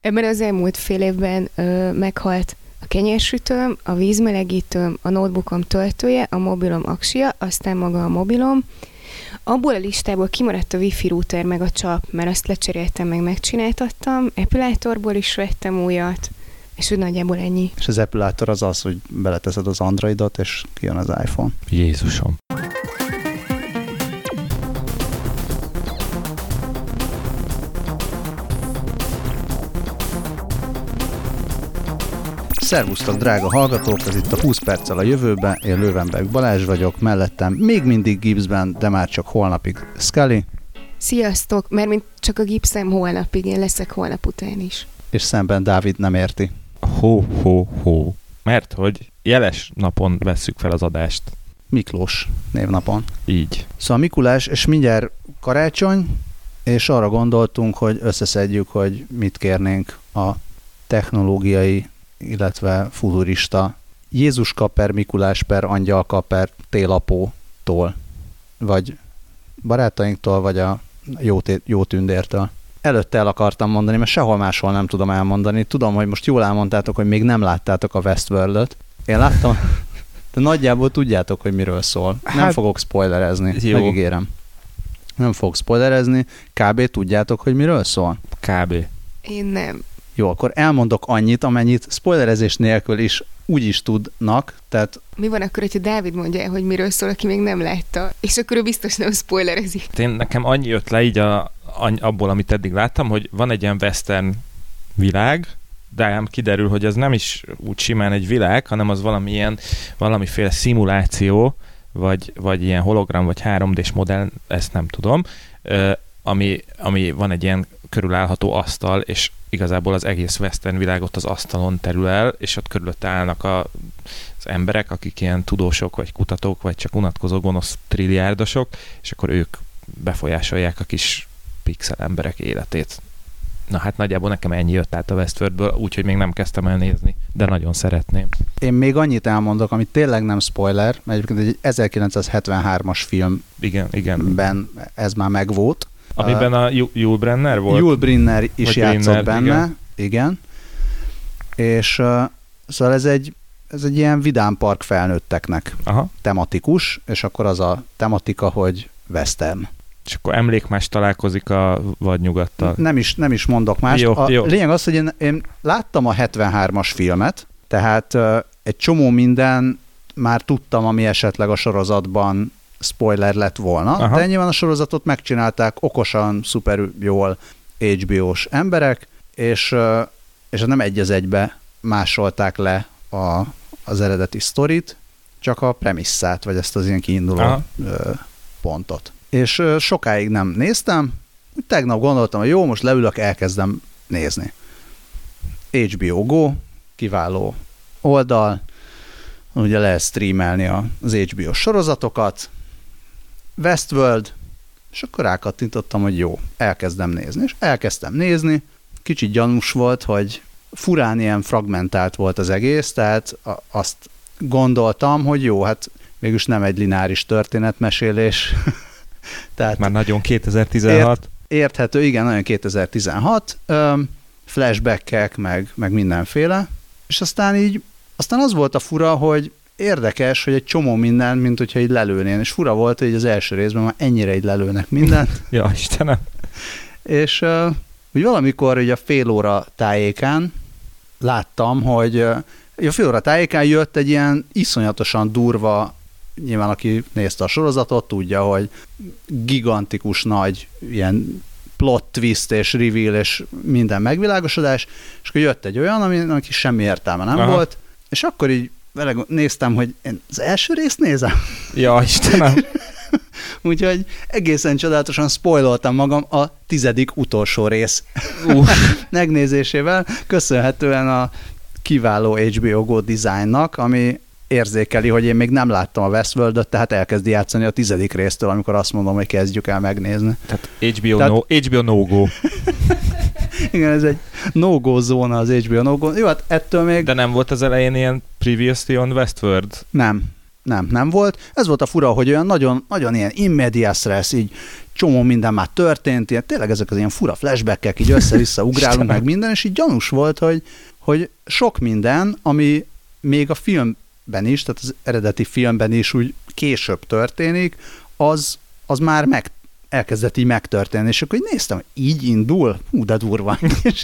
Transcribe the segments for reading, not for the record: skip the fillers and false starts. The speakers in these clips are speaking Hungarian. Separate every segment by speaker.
Speaker 1: Ebben az elmúlt fél évben meghalt a kenyérsütőm, a vízmelegítőm, a notebookom töltője, a mobilom aksia, aztán maga a mobilom. Abból a listából kimaradt a wifi router meg a csap, mert azt lecseréltem, meg megcsináltattam. Epilátorból is vettem újat, és úgy nagyjából ennyi.
Speaker 2: És az epilátor az, hogy beleteszed az Androidot, és kijön az iPhone.
Speaker 3: Jézusom.
Speaker 2: Szervusztok, drága hallgatók, ez itt a 20 perccel a jövőbe, én Löwenberg Balázs vagyok, mellettem még mindig gipszben, de már csak holnapig Scully.
Speaker 1: Sziasztok, mert mint csak a gipszem holnapig, én leszek holnap után is.
Speaker 2: És szemben Dávid nem érti.
Speaker 3: Ho. Mert hogy jeles napon vesszük fel az adást.
Speaker 2: Miklós névnapon.
Speaker 3: Így.
Speaker 2: Szóval Mikulás, és mindjárt karácsony, és arra gondoltunk, hogy összeszedjük, hogy mit kérnénk a technológiai, illetve futurista Jézuska per Mikulás per Angyalka per Télapótól, vagy barátainktól, vagy a jó tündértől. Előtte el akartam mondani, mert sehol máshol nem tudom elmondani. Tudom, hogy most jól elmondtátok, hogy még nem láttátok a Westworld-öt. Én láttam, de nagyjából tudjátok, hogy miről szól. Nem fogok spoilerezni, megígérem. Nem fogok spoilerezni. Kb. Tudjátok, hogy miről szól?
Speaker 3: Kb.
Speaker 1: Én nem.
Speaker 2: Jó, akkor elmondok annyit, amennyit spoilerezés nélkül is úgy is tudnak, tehát...
Speaker 1: Mi van akkor, hogyha Dávid mondja el, hogy miről szól, aki még nem látta, és akkor ő biztos nem spoilerezik.
Speaker 3: Nekem annyi jött le így abból, amit eddig láttam, hogy van egy ilyen western világ, de ám kiderül, hogy ez nem is úgy simán egy világ, hanem az valamiféle szimuláció, vagy ilyen hologram, vagy 3D-s modell, ezt nem tudom, ami van egy ilyen körülállható asztal, és igazából az egész western világot az asztalon terül el, és ott körülötte állnak az emberek, akik ilyen tudósok, vagy kutatók, vagy csak unatkozó gonosz trilliárdosok, és akkor ők befolyásolják a kis pixel emberek életét. Na hát nagyjából nekem ennyi jött át a Westworldből, úgyhogy még nem kezdtem el nézni, de nagyon szeretném.
Speaker 2: Én még annyit elmondok, ami tényleg nem spoiler, mert egyébként egy 1973-as filmben ez már megvolt.
Speaker 3: Amiben a Yul Brynner volt?
Speaker 2: Yul Brynner is játszott benne, igen. És szóval ez egy ilyen vidámpark felnőtteknek tematikus, és akkor az a tematika, hogy western.
Speaker 3: És akkor emlékmás találkozik a vadnyugattal.
Speaker 2: Nem is mondok mást.
Speaker 3: Jó.
Speaker 2: Lényeg az, hogy én láttam a 73-as filmet, tehát egy csomó minden már tudtam, ami esetleg a sorozatban spoiler lett volna, de nyilván a sorozatot megcsinálták okosan, szuper jól HBO-s emberek, és nem egy az egybe másolták le az eredeti sztorit, csak a premisszát, vagy ezt az ilyen kiinduló pontot. És sokáig nem néztem, tegnap gondoltam, hogy jó, most leülök, elkezdem nézni. HBO Go, kiváló oldal, ugye lehet streamelni az HBO sorozatokat, Westworld, és akkor rákattintottam, hogy jó, elkezdem nézni. És elkezdtem nézni, kicsit gyanús volt, hogy furán ilyen fragmentált volt az egész, tehát azt gondoltam, hogy jó, hát mégis nem egy lineáris történetmesélés. Tehát
Speaker 3: már nagyon 2016.
Speaker 2: Érthető, igen, nagyon 2016. Flashbackek, meg mindenféle. És aztán az volt a fura, hogy érdekes, hogy egy csomó minden, mint hogyha így lelőnén, és fura volt, hogy az első részben már ennyire így lelőnek mindent.
Speaker 3: Ja, Istenem.
Speaker 2: És úgy valamikor ugye a fél óra tájékán láttam, hogy a fél óra tájékán jött egy ilyen iszonyatosan durva, nyilván aki nézte a sorozatot, tudja, hogy gigantikus nagy ilyen plot twist és reveal és minden megvilágosodás, és akkor jött egy olyan, aminek semmi értelme nem volt, és akkor így vele néztem, hogy én az első részt nézem.
Speaker 3: Ja, Istenem.
Speaker 2: Úgyhogy egészen csodálatosan spoiloltam magam a 10. utolsó rész megnézésével, köszönhetően a kiváló HBO Go designnak, ami érzékeli, hogy én még nem láttam a Westworld-öt, tehát elkezdi játszani a 10. résztől, amikor azt mondom, hogy kezdjük el megnézni.
Speaker 3: Tehát HBO no-go.
Speaker 2: Igen, ez egy no-go zóna az HBO no-go. Jó, hát ettől még...
Speaker 3: De nem volt az elején ilyen Previously on Westworld?
Speaker 2: Nem. nem volt. Ez volt a fura, hogy olyan nagyon, nagyon ilyen immediate stressz, így csomó minden már történt, ilyen, tényleg ezek az ilyen fura flashbackek, így össze-vissza ugrálunk meg minden, és így gyanús volt, hogy sok minden, ami még a filmben is, tehát az eredeti filmben is úgy később történik, az már elkezdett így megtörténni, és akkor így néztem, hogy így indul? Hú, de durva.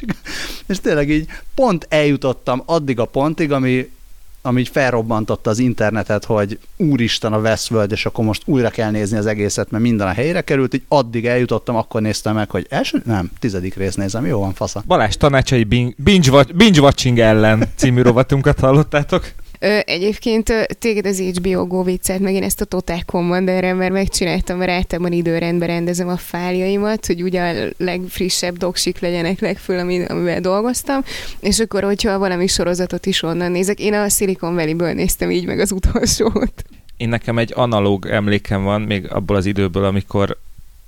Speaker 2: és tényleg így pont eljutottam addig a pontig, ami így felrobbantotta az internetet, hogy úristen a Westworld, és akkor most újra kell nézni az egészet, mert minden a helyre került, így addig eljutottam, akkor néztem meg, hogy 10. rész nézem, jó van, fasza.
Speaker 3: Balázs tanácsai binge watching ellen című rovatunkat hallottátok?
Speaker 1: Egyébként téged az HBO Go viccelt, meg én ezt a Total Commanderrel már megcsináltam, mert általában időrendben rendezem a fájljaimat, hogy ugye a legfrissebb doksik legyenek legföl, amivel dolgoztam, és akkor, hogyha valami sorozatot is onnan nézek, én a Silicon Valley-ből néztem így meg az utolsót.
Speaker 3: Én nekem egy analóg emlékem van, még abból az időből, amikor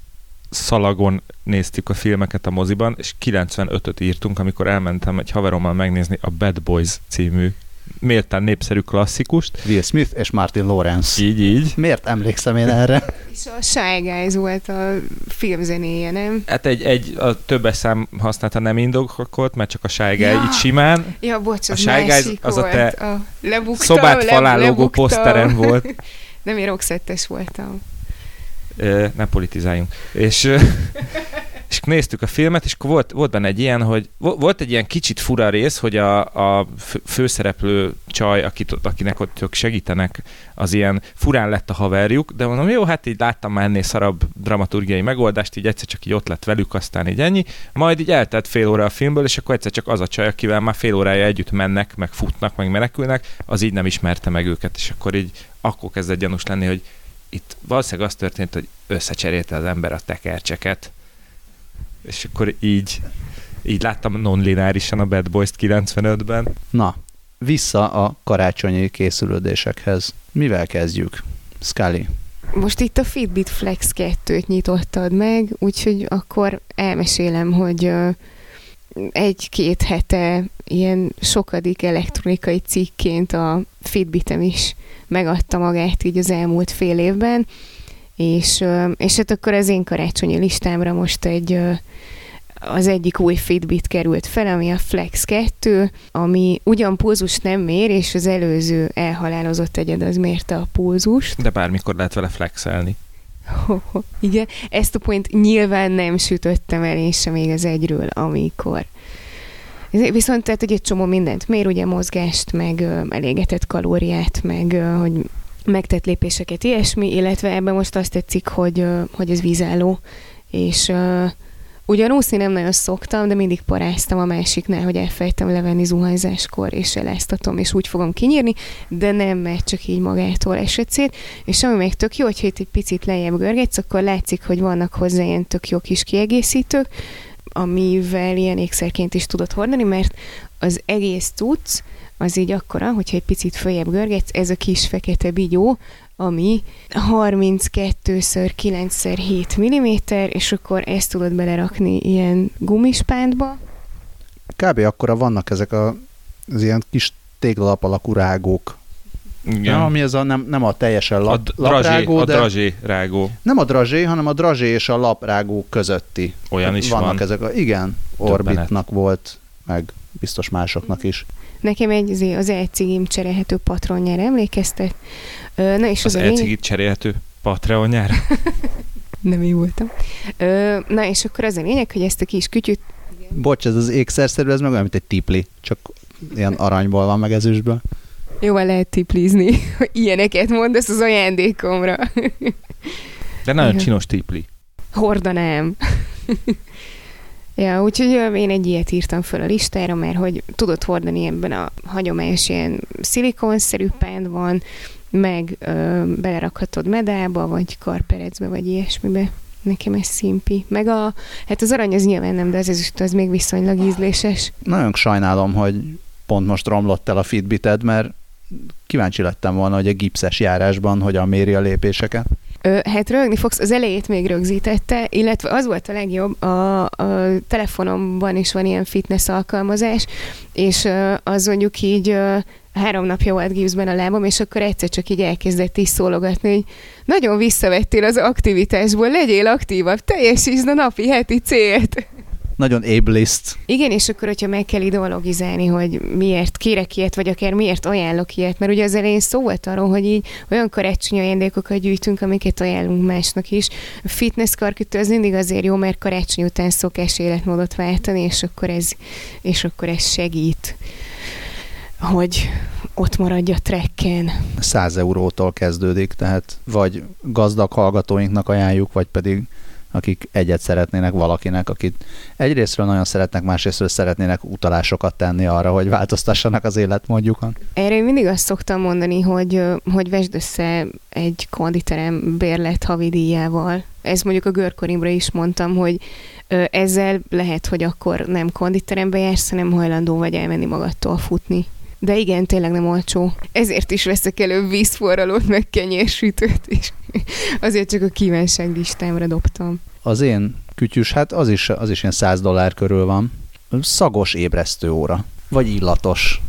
Speaker 3: szalagon néztük a filmeket a moziban, és 95-öt írtunk, amikor elmentem egy haverommal megnézni a Bad Boys című méltán népszerű klasszikust.
Speaker 2: Will Smith és Martin Lawrence.
Speaker 3: Így.
Speaker 2: Miért emlékszem én erre?
Speaker 1: És a Shy Guys volt a filmzenéje, nem?
Speaker 3: Hát a többes szám használata nem indokolt, mert csak a Shy Guy így simán.
Speaker 1: Ja, bocs,
Speaker 3: a Shy Guys az
Speaker 1: volt.
Speaker 3: a te szobát falán lógó poszteren volt.
Speaker 1: Nem, én rockszettes voltam.
Speaker 3: Ne politizáljunk. És néztük a filmet, és volt benne egy ilyen, hogy volt egy ilyen kicsit fura rész, hogy a főszereplő csaj, akinek ott ők segítenek, az ilyen furán lett a haverjuk, de mondom, jó, hát így láttam már ennél szarabb dramaturgiai megoldást, így egyszer csak így ott lett velük, aztán így ennyi. Majd így eltelt fél óra a filmből, és akkor egyszer csak az a csaj, akivel már fél órája együtt mennek, meg futnak, meg menekülnek, az így nem ismerte meg őket, és akkor kezdett gyanús lenni, hogy itt valószínűleg az történt, hogy összecserélte az ember a tekercseket. És akkor így láttam non-lineárisan a Bad Boys-t 95-ben.
Speaker 2: Na, vissza a karácsonyi készülődésekhez. Mivel kezdjük? Scully.
Speaker 1: Most itt a Fitbit Flex 2-t nyitottad meg, úgyhogy akkor elmesélem, hogy 1-2 hete ilyen sokadik elektronikai cikként a Fitbitem is megadta magát így az elmúlt fél évben, és hát akkor az én karácsonyi listámra most az egyik új Fitbit került fel, ami a Flex 2, ami ugyan pulzust nem mér, és az előző elhalálozott egyed az mérte a pulzust.
Speaker 3: De bármikor lehet vele flexelni.
Speaker 1: Igen, ezt a point nyilván nem sütöttem el én sem még az egyről, amikor. Viszont tehát, hogy egy csomó mindent mér, ugye mozgást, meg elégetett kalóriát, meg hogy megtett lépéseket, ilyesmi, illetve ebben most azt tetszik, hogy ez vízálló, és ugyan úszni nem nagyon szoktam, de mindig paráztam a másiknál, hogy elfejtem levenni zuhanyzáskor, és eláztatom, és úgy fogom kinyírni, de nem, mert csak így magától esett szét, és ami még tök jó, hogyha itt egy picit lejjebb görgetsz, akkor látszik, hogy vannak hozzá ilyen tök jó kis kiegészítők, amivel ilyen ékszerként is tudod hordani, mert az egész cucc az így akkora, hogyha egy picit följebb görgetsz, ez a kis fekete bigyó, ami 32x9x7 mm, és akkor ezt tudod belerakni ilyen gumispántba.
Speaker 2: Kb. Akkora vannak ezek az ilyen kis téglalap alakú rágók.
Speaker 3: Igen.
Speaker 2: Ami ez nem a teljesen laprágó,
Speaker 3: a drazsé rágó.
Speaker 2: Nem a drazsé, hanem a drazsé és a laprágó közötti.
Speaker 3: Olyan is
Speaker 2: vannak
Speaker 3: van.
Speaker 2: ezek igen, Orbitnak volt, meg biztos másoknak is.
Speaker 1: Nekem az e-cigim cserélhető patronjára emlékeztet. Na és
Speaker 3: az e-cigit cserélhető Patreonjára?
Speaker 1: Nem én voltam. Na és akkor az a lényeg, hogy ezt a kis kütyüt...
Speaker 2: Bocs, ez az ékszerszerű, ez meg olyan, mint egy tipli, csak ilyen aranyból van, meg ezüstből.
Speaker 1: Jóval lehet tiplizni, hogy ilyeneket mondasz az ajándékomra.
Speaker 3: De nagyon csinos tipli.
Speaker 1: Hordanám. Ja, úgyhogy én egy ilyet írtam föl a listára, mert hogy tudod hordani ebben a hagyományos ilyen szilikonszerű pántban, meg belerakhatod medálba, vagy karperecbe, vagy ilyesmibe. Nekem ez szimpi. Meg hát az arany az nyilván nem, de az még viszonylag ízléses.
Speaker 2: Nagyon sajnálom, hogy pont most romlott el a Fitbited, mert kíváncsi lettem volna, hogy a gipszes járásban hogyan méri a lépéseket.
Speaker 1: Hát rögni fogsz, az elejét még rögzítette, illetve az volt a legjobb, a telefonomban is van ilyen fitness alkalmazás, és az mondjuk így 3 napja volt gipszben a lábam, és akkor egyszer csak így elkezdett is szólogatni, hogy nagyon visszavettél az aktivitásból, legyél aktívabb, teljesítsd a napi heti célt.
Speaker 2: Nagyon ableist.
Speaker 1: Igen, és akkor, hogyha meg kell ideologizálni, hogy miért kérek ilyet, vagy akár miért ajánlok ilyet, mert ugye az elején szó volt arról, hogy így olyan karácsonyi ajándékokat gyűjtünk, amiket ajánlunk másnak is. A fitness karkötő az mindig azért jó, mert karácsony után szokás életmódot váltani, és akkor ez segít, hogy ott maradj a trekken.
Speaker 2: 100 eurótól kezdődik, tehát vagy gazdag hallgatóinknak ajánljuk, vagy pedig akik egyet szeretnének valakinek, akit egyrésztről nagyon szeretnek, másrésztről szeretnének utalásokat tenni arra, hogy változtassanak az életmódjukon.
Speaker 1: Erre én mindig azt szoktam mondani, hogy vesd össze egy konditerem bérlet havidíjával. Ez mondjuk a Görkorimra is mondtam, hogy ezzel lehet, hogy akkor nem konditerembe jársz, hanem hajlandó vagy elmenni magadtól futni. De igen, tényleg nem olcsó. Ezért is veszek előbb vízforralót, meg kenyérsütőt is. Azért csak a kívánság listámra dobtam.
Speaker 2: Az én kütyűs, hát az is ilyen $100 körül van. Szagos ébresztő óra. Vagy illatos.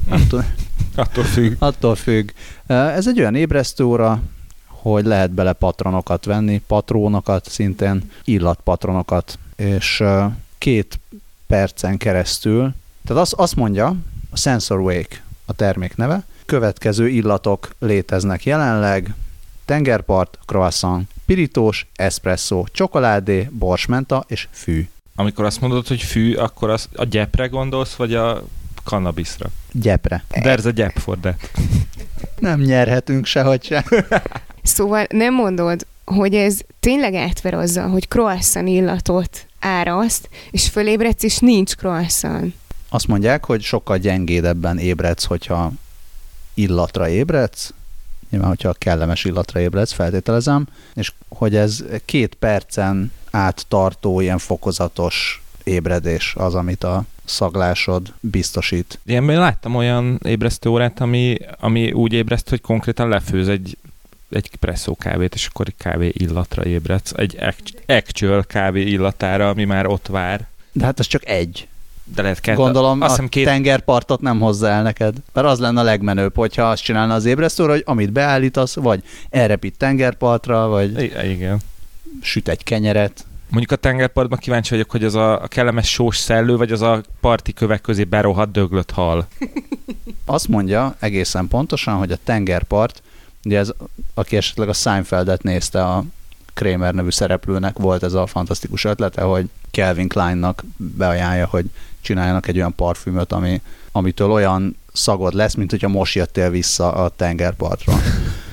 Speaker 2: Attól függ. Ez egy olyan ébresztő óra, hogy lehet bele patronokat venni, patrónokat, szintén illatpatronokat, és 2 percen keresztül, tehát azt mondja, a Sensor Wake a termék neve, következő illatok léteznek jelenleg: tengerpart, croissant, pirítós, espresszó, csokoládé, borsmenta és fű.
Speaker 3: Amikor azt mondod, hogy fű, akkor az a gyepre gondolsz, vagy a kannabiszra?
Speaker 2: Gyepre.
Speaker 3: There's a gyep for that.
Speaker 2: Nem nyerhetünk sehogy se.
Speaker 1: Szóval nem mondod, hogy ez tényleg átver azzal, hogy croissant illatot áraszt, és fölébredsz, és nincs croissant.
Speaker 2: Azt mondják, hogy sokkal gyengédebben ébredsz, hogyha illatra ébredsz, nyilván, hogyha kellemes illatra ébredsz, feltételezem, és hogy ez 2 percen át tartó ilyen fokozatos ébredés az, amit a szaglásod biztosít.
Speaker 3: Én láttam olyan ébresztő órát, ami úgy ébreszt, hogy konkrétan lefőz egy presszó kávét, és akkor egy kávé illatra ébredsz. Egy actual kávé illatára, ami már ott vár.
Speaker 2: De hát ez csak egy.
Speaker 3: De lehet kell.
Speaker 2: Gondolom, tengerpartot nem hozza el neked. Mert az lenne a legmenőbb, hogyha azt csinálna az ébresztőre, hogy amit beállítasz, vagy elrepít tengerpartra, vagy
Speaker 3: igen.
Speaker 2: Süt egy kenyeret.
Speaker 3: Mondjuk a tengerpartban kíváncsi vagyok, hogy az a kellemes sós szellő, vagy az a parti kövek közé berohadt döglött hal.
Speaker 2: Azt mondja egészen pontosan, hogy a tengerpart, ugye ez, aki esetleg a Seinfeldet nézte, a Kramer nevű szereplőnek volt ez a fantasztikus ötlete, hogy Calvin Kleinnak beajánlja, hogy csináljanak egy olyan parfümöt, amitől olyan szagod lesz, mint hogyha most jöttél vissza a tengerpartról.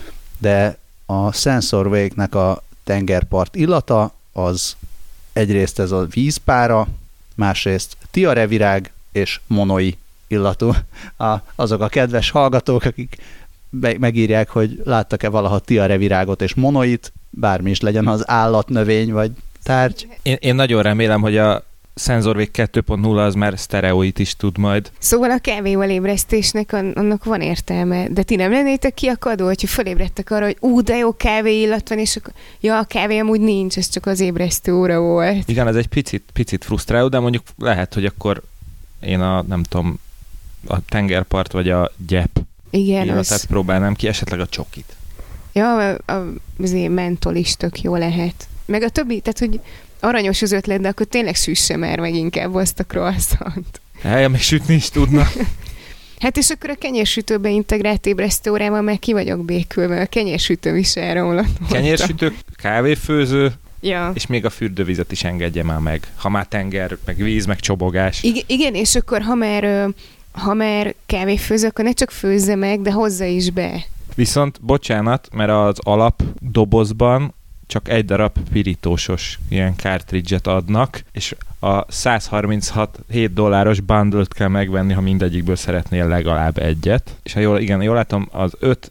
Speaker 2: De a Sensor Wake-nek a tengerpart illata az egyrészt ez a vízpára, másrészt tiarevirág és monoi illatú. Azok a kedves hallgatók, akik megírják, hogy láttak-e valaha tiarevirágot és monoit, bármi is legyen az állatnövény vagy tárgy.
Speaker 3: Én nagyon remélem, hogy a SensorWake 2.0 az már sztereoit is tud majd.
Speaker 1: Szóval a kávéval ébresztésnek annak van értelme, de ti nem lennétek kiakadó, hogyha fölébredtek arra, hogy de jó kávé illat van, és akkor a kávé amúgy nincs, ez csak az ébresztő óra volt.
Speaker 3: Igen, ez egy picit frusztráló, de mondjuk lehet, hogy akkor én a tengerpart vagy a gyep illatát próbálnám ki, esetleg a csokit.
Speaker 1: Ja, az ilyen mentol is tök jó lehet. Meg a többi, tehát hogy aranyos az ötlet, de akkor tényleg süsse már meg inkább azt a croissant.
Speaker 3: Még sütni is tudna.
Speaker 1: Hát és akkor a kenyérsütőbe integrált ébresztő órával meg ki vagyok békülve, a kenyérsütő is elromlott. Kenyérsütő,
Speaker 3: kávéfőző, és még a fürdővizet is engedje már meg. Ha már tenger, meg víz, meg csobogás.
Speaker 1: Igen, és akkor ha már kávéfőző, akkor ne csak főzze meg, de hozza is be. Viszont,
Speaker 3: bocsánat, mert az alap dobozban csak egy darab pirítósos ilyen cartridge-et adnak, és a $136 bundle-t kell megvenni, ha mindegyikből szeretnél legalább egyet. És ha jól látom, az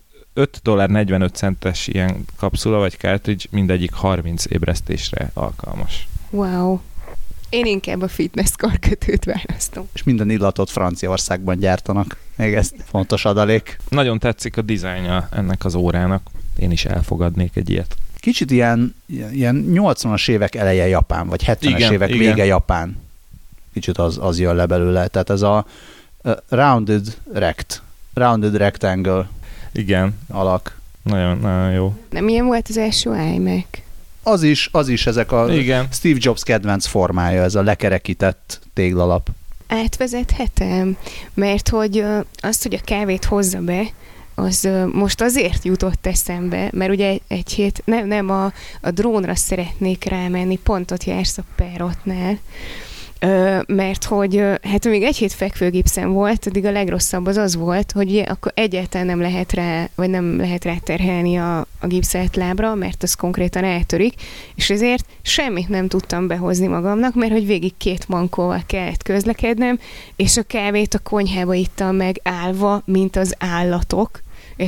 Speaker 3: $5.45 ilyen kapszula vagy cartridge mindegyik 30 ébresztésre alkalmas.
Speaker 1: Wow. Én inkább a fitness karkötőt választom.
Speaker 2: És minden illatot Franciaországban gyártanak. Még ez fontos adalék.
Speaker 3: Nagyon tetszik a dizájnja ennek az órának. Én is elfogadnék egy ilyet.
Speaker 2: Kicsit ilyen 80-as évek eleje Japán, vagy 70-es évek vége Japán. Kicsit az jön le belőle. Tehát ez a rounded rect Rounded Rectangle
Speaker 3: Igen.
Speaker 2: alak.
Speaker 3: Nagyon, nagyon jó.
Speaker 1: Nem ilyen volt az első iMac?
Speaker 2: Az is ezek a
Speaker 3: Igen.
Speaker 2: Steve Jobs kedvenc formája, ez a lekerekített téglalap.
Speaker 1: Átvezethetem, mert hogy azt, hogy a kávét hozza be, az most azért jutott eszembe, mert ugye egy hét, nem a drónra szeretnék rámenni, pont ott jársz a Perrotnál, mert hogy hát még egy hét fekvőgipszem volt, addig a legrosszabb az volt, hogy ugye akkor egyáltalán nem lehet rá, vagy nem lehet ráterhelni a gipszelt lábra, mert az konkrétan eltörik, és ezért semmit nem tudtam behozni magamnak, mert hogy végig 2 mankóval kellett közlekednem, és a kávét a konyhába ittam meg állva, mint az állatok.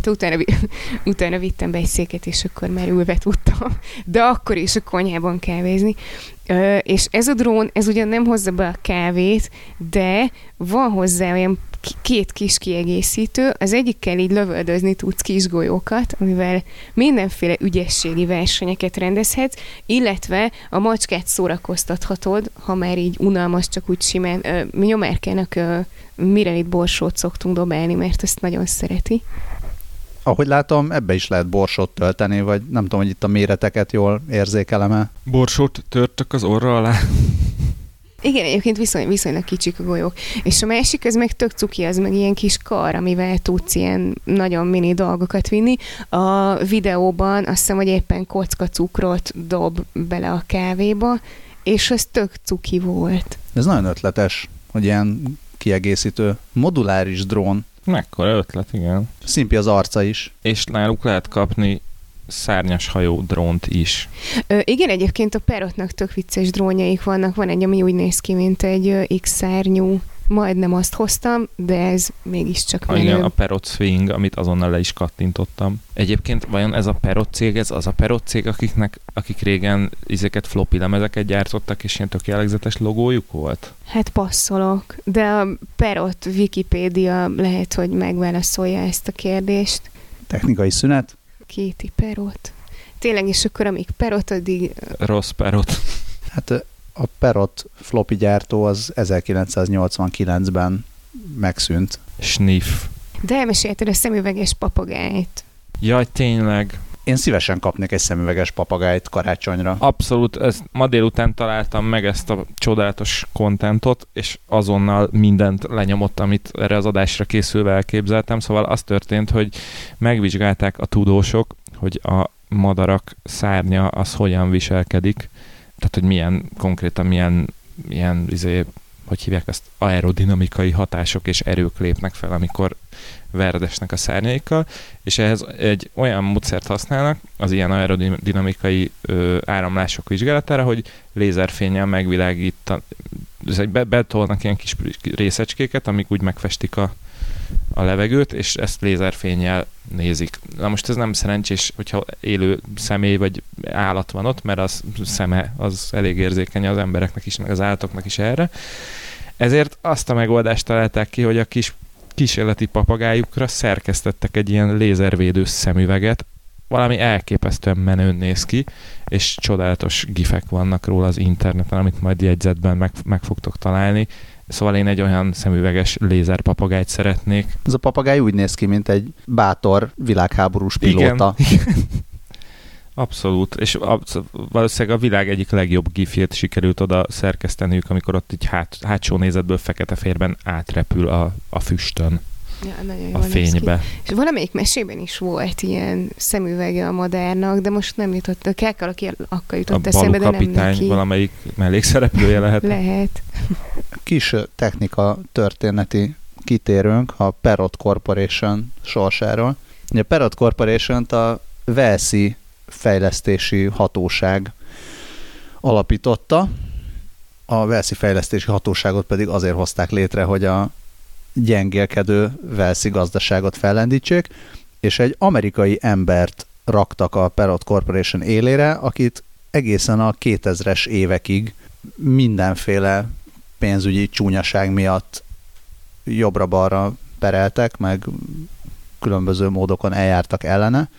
Speaker 1: Utána vittem be egy széket, és akkor már ülve tudtam, de akkor is a konyhában kávézni. És ez a drón, ez ugyan nem hozza be a kávét, de van hozzá olyan 2 kis kiegészítő, az egyikkel így lövöldözni tudsz kis golyókat, amivel mindenféle ügyességi versenyeket rendezhetsz, illetve a macskát szórakoztathatod, ha már így unalmas, csak úgy simán. Mi Nyomárkának Mirelit borsót szoktunk dobálni, mert ezt nagyon szereti.
Speaker 2: Ahogy látom, ebbe is lehet borsót tölteni, vagy nem tudom, hogy itt a méreteket jól érzékelem-e.
Speaker 3: Borsót törtök az orra alá.
Speaker 1: Igen, egyébként viszonylag kicsik a golyók. És a másik, az meg tök cuki, az meg ilyen kis kar, amivel tudsz ilyen nagyon mini dolgokat vinni. A videóban azt hiszem, hogy éppen kocka cukrot dob bele a kávéba, és az tök cuki volt.
Speaker 2: Ez nagyon ötletes, hogy ilyen kiegészítő moduláris drón.
Speaker 3: Mekkora ötlet, igen.
Speaker 2: Szimpi az arca is. És
Speaker 3: náluk lehet kapni szárnyas hajó drónt is.
Speaker 1: Igen, egyébként a Perrotnak tök vicces drónjaik vannak. Van egy, ami úgy néz ki, mint egy X-szárnyú. Majdnem azt hoztam, de ez mégiscsak menő.
Speaker 3: Igen, a Perrot Swing, amit azonnal le is kattintottam. Egyébként vajon ez a Perrot cég, ez az a Perrot cég, akik régen floppy lemezeket gyártottak, és ilyen tök jellegzetes logójuk volt?
Speaker 1: Hát passzolok, de a Perrot Wikipédia lehet, hogy megválaszolja ezt a kérdést.
Speaker 2: Technikai szünet?
Speaker 1: Kéti Perrot. Tényleg, és akkor amíg Perrot, addig...
Speaker 3: Rossz Perrot.
Speaker 2: Hát a Perrot floppy gyártó az 1989-ben megszűnt.
Speaker 3: Sniff.
Speaker 1: De elmesélted a szemüveges papagájt.
Speaker 3: Jaj, tényleg.
Speaker 2: Én szívesen kapnék egy szemüveges papagájt karácsonyra.
Speaker 3: Abszolút, ma délután találtam meg ezt a csodálatos kontentot, és azonnal mindent lenyomott, amit erre az adásra készülve elképzeltem. Szóval az történt, hogy megvizsgálták a tudósok, hogy a madarak szárnya az hogyan viselkedik, tehát hogy konkrétan milyen hogy hívják ezt, aerodinamikai hatások és erők lépnek fel, amikor verdesnek a szárnyaikkal, és ehhez egy olyan módszert használnak az ilyen aerodinamikai áramlások vizsgálatára, hogy lézerfénnyel megvilágítanak, betolnak ilyen kis részecskéket, amik úgy megfestik a levegőt, és ezt lézerfénnyel nézik. Na most ez nem szerencsés, hogyha élő személy vagy állat van ott, mert az szeme az elég érzékeny az embereknek is, meg az állatoknak is erre. Ezért azt a megoldást találták ki, hogy a kis kísérleti papagájukra szerkesztettek egy ilyen lézervédő szemüveget, valami elképesztően menőn néz ki, és csodálatos gifek vannak róla az interneten, amit majd jegyzetben meg fogtok találni. Szóval én egy olyan szemüveges lézerpapagájt szeretnék.
Speaker 2: Ez a papagáj úgy néz ki, mint egy bátor világháborús pilóta.
Speaker 3: Igen. Abszolút, és valószínűleg a világ egyik legjobb gifjét sikerült oda szerkeszteniük, amikor ott így hátsó nézetből fekete-fehérben átrepül a füstön.
Speaker 1: Ja, nagyon
Speaker 3: a fénybe.
Speaker 1: És valamelyik mesében is volt ilyen szemüvege a madárnak, de most nem jutott, akkor jutott eszembe, de nem neki. A Balú kapitány
Speaker 3: valamelyik mellékszereplője lehet?
Speaker 1: Lehet.
Speaker 2: Kis technika történeti kitérünk a Perrot Corporation sorsáról. A Perrot Corporation-t a Walesi fejlesztési hatóság alapította. A Walesi fejlesztési hatóságot pedig azért hozták létre, hogy a gyengélkedő walesi gazdaságot fellendítsék, és egy amerikai embert raktak a Perrot Corporation élére, akit egészen a 2000-es évekig mindenféle pénzügyi csúnyaság miatt jobbra-balra pereltek, meg különböző módokon eljártak ellene.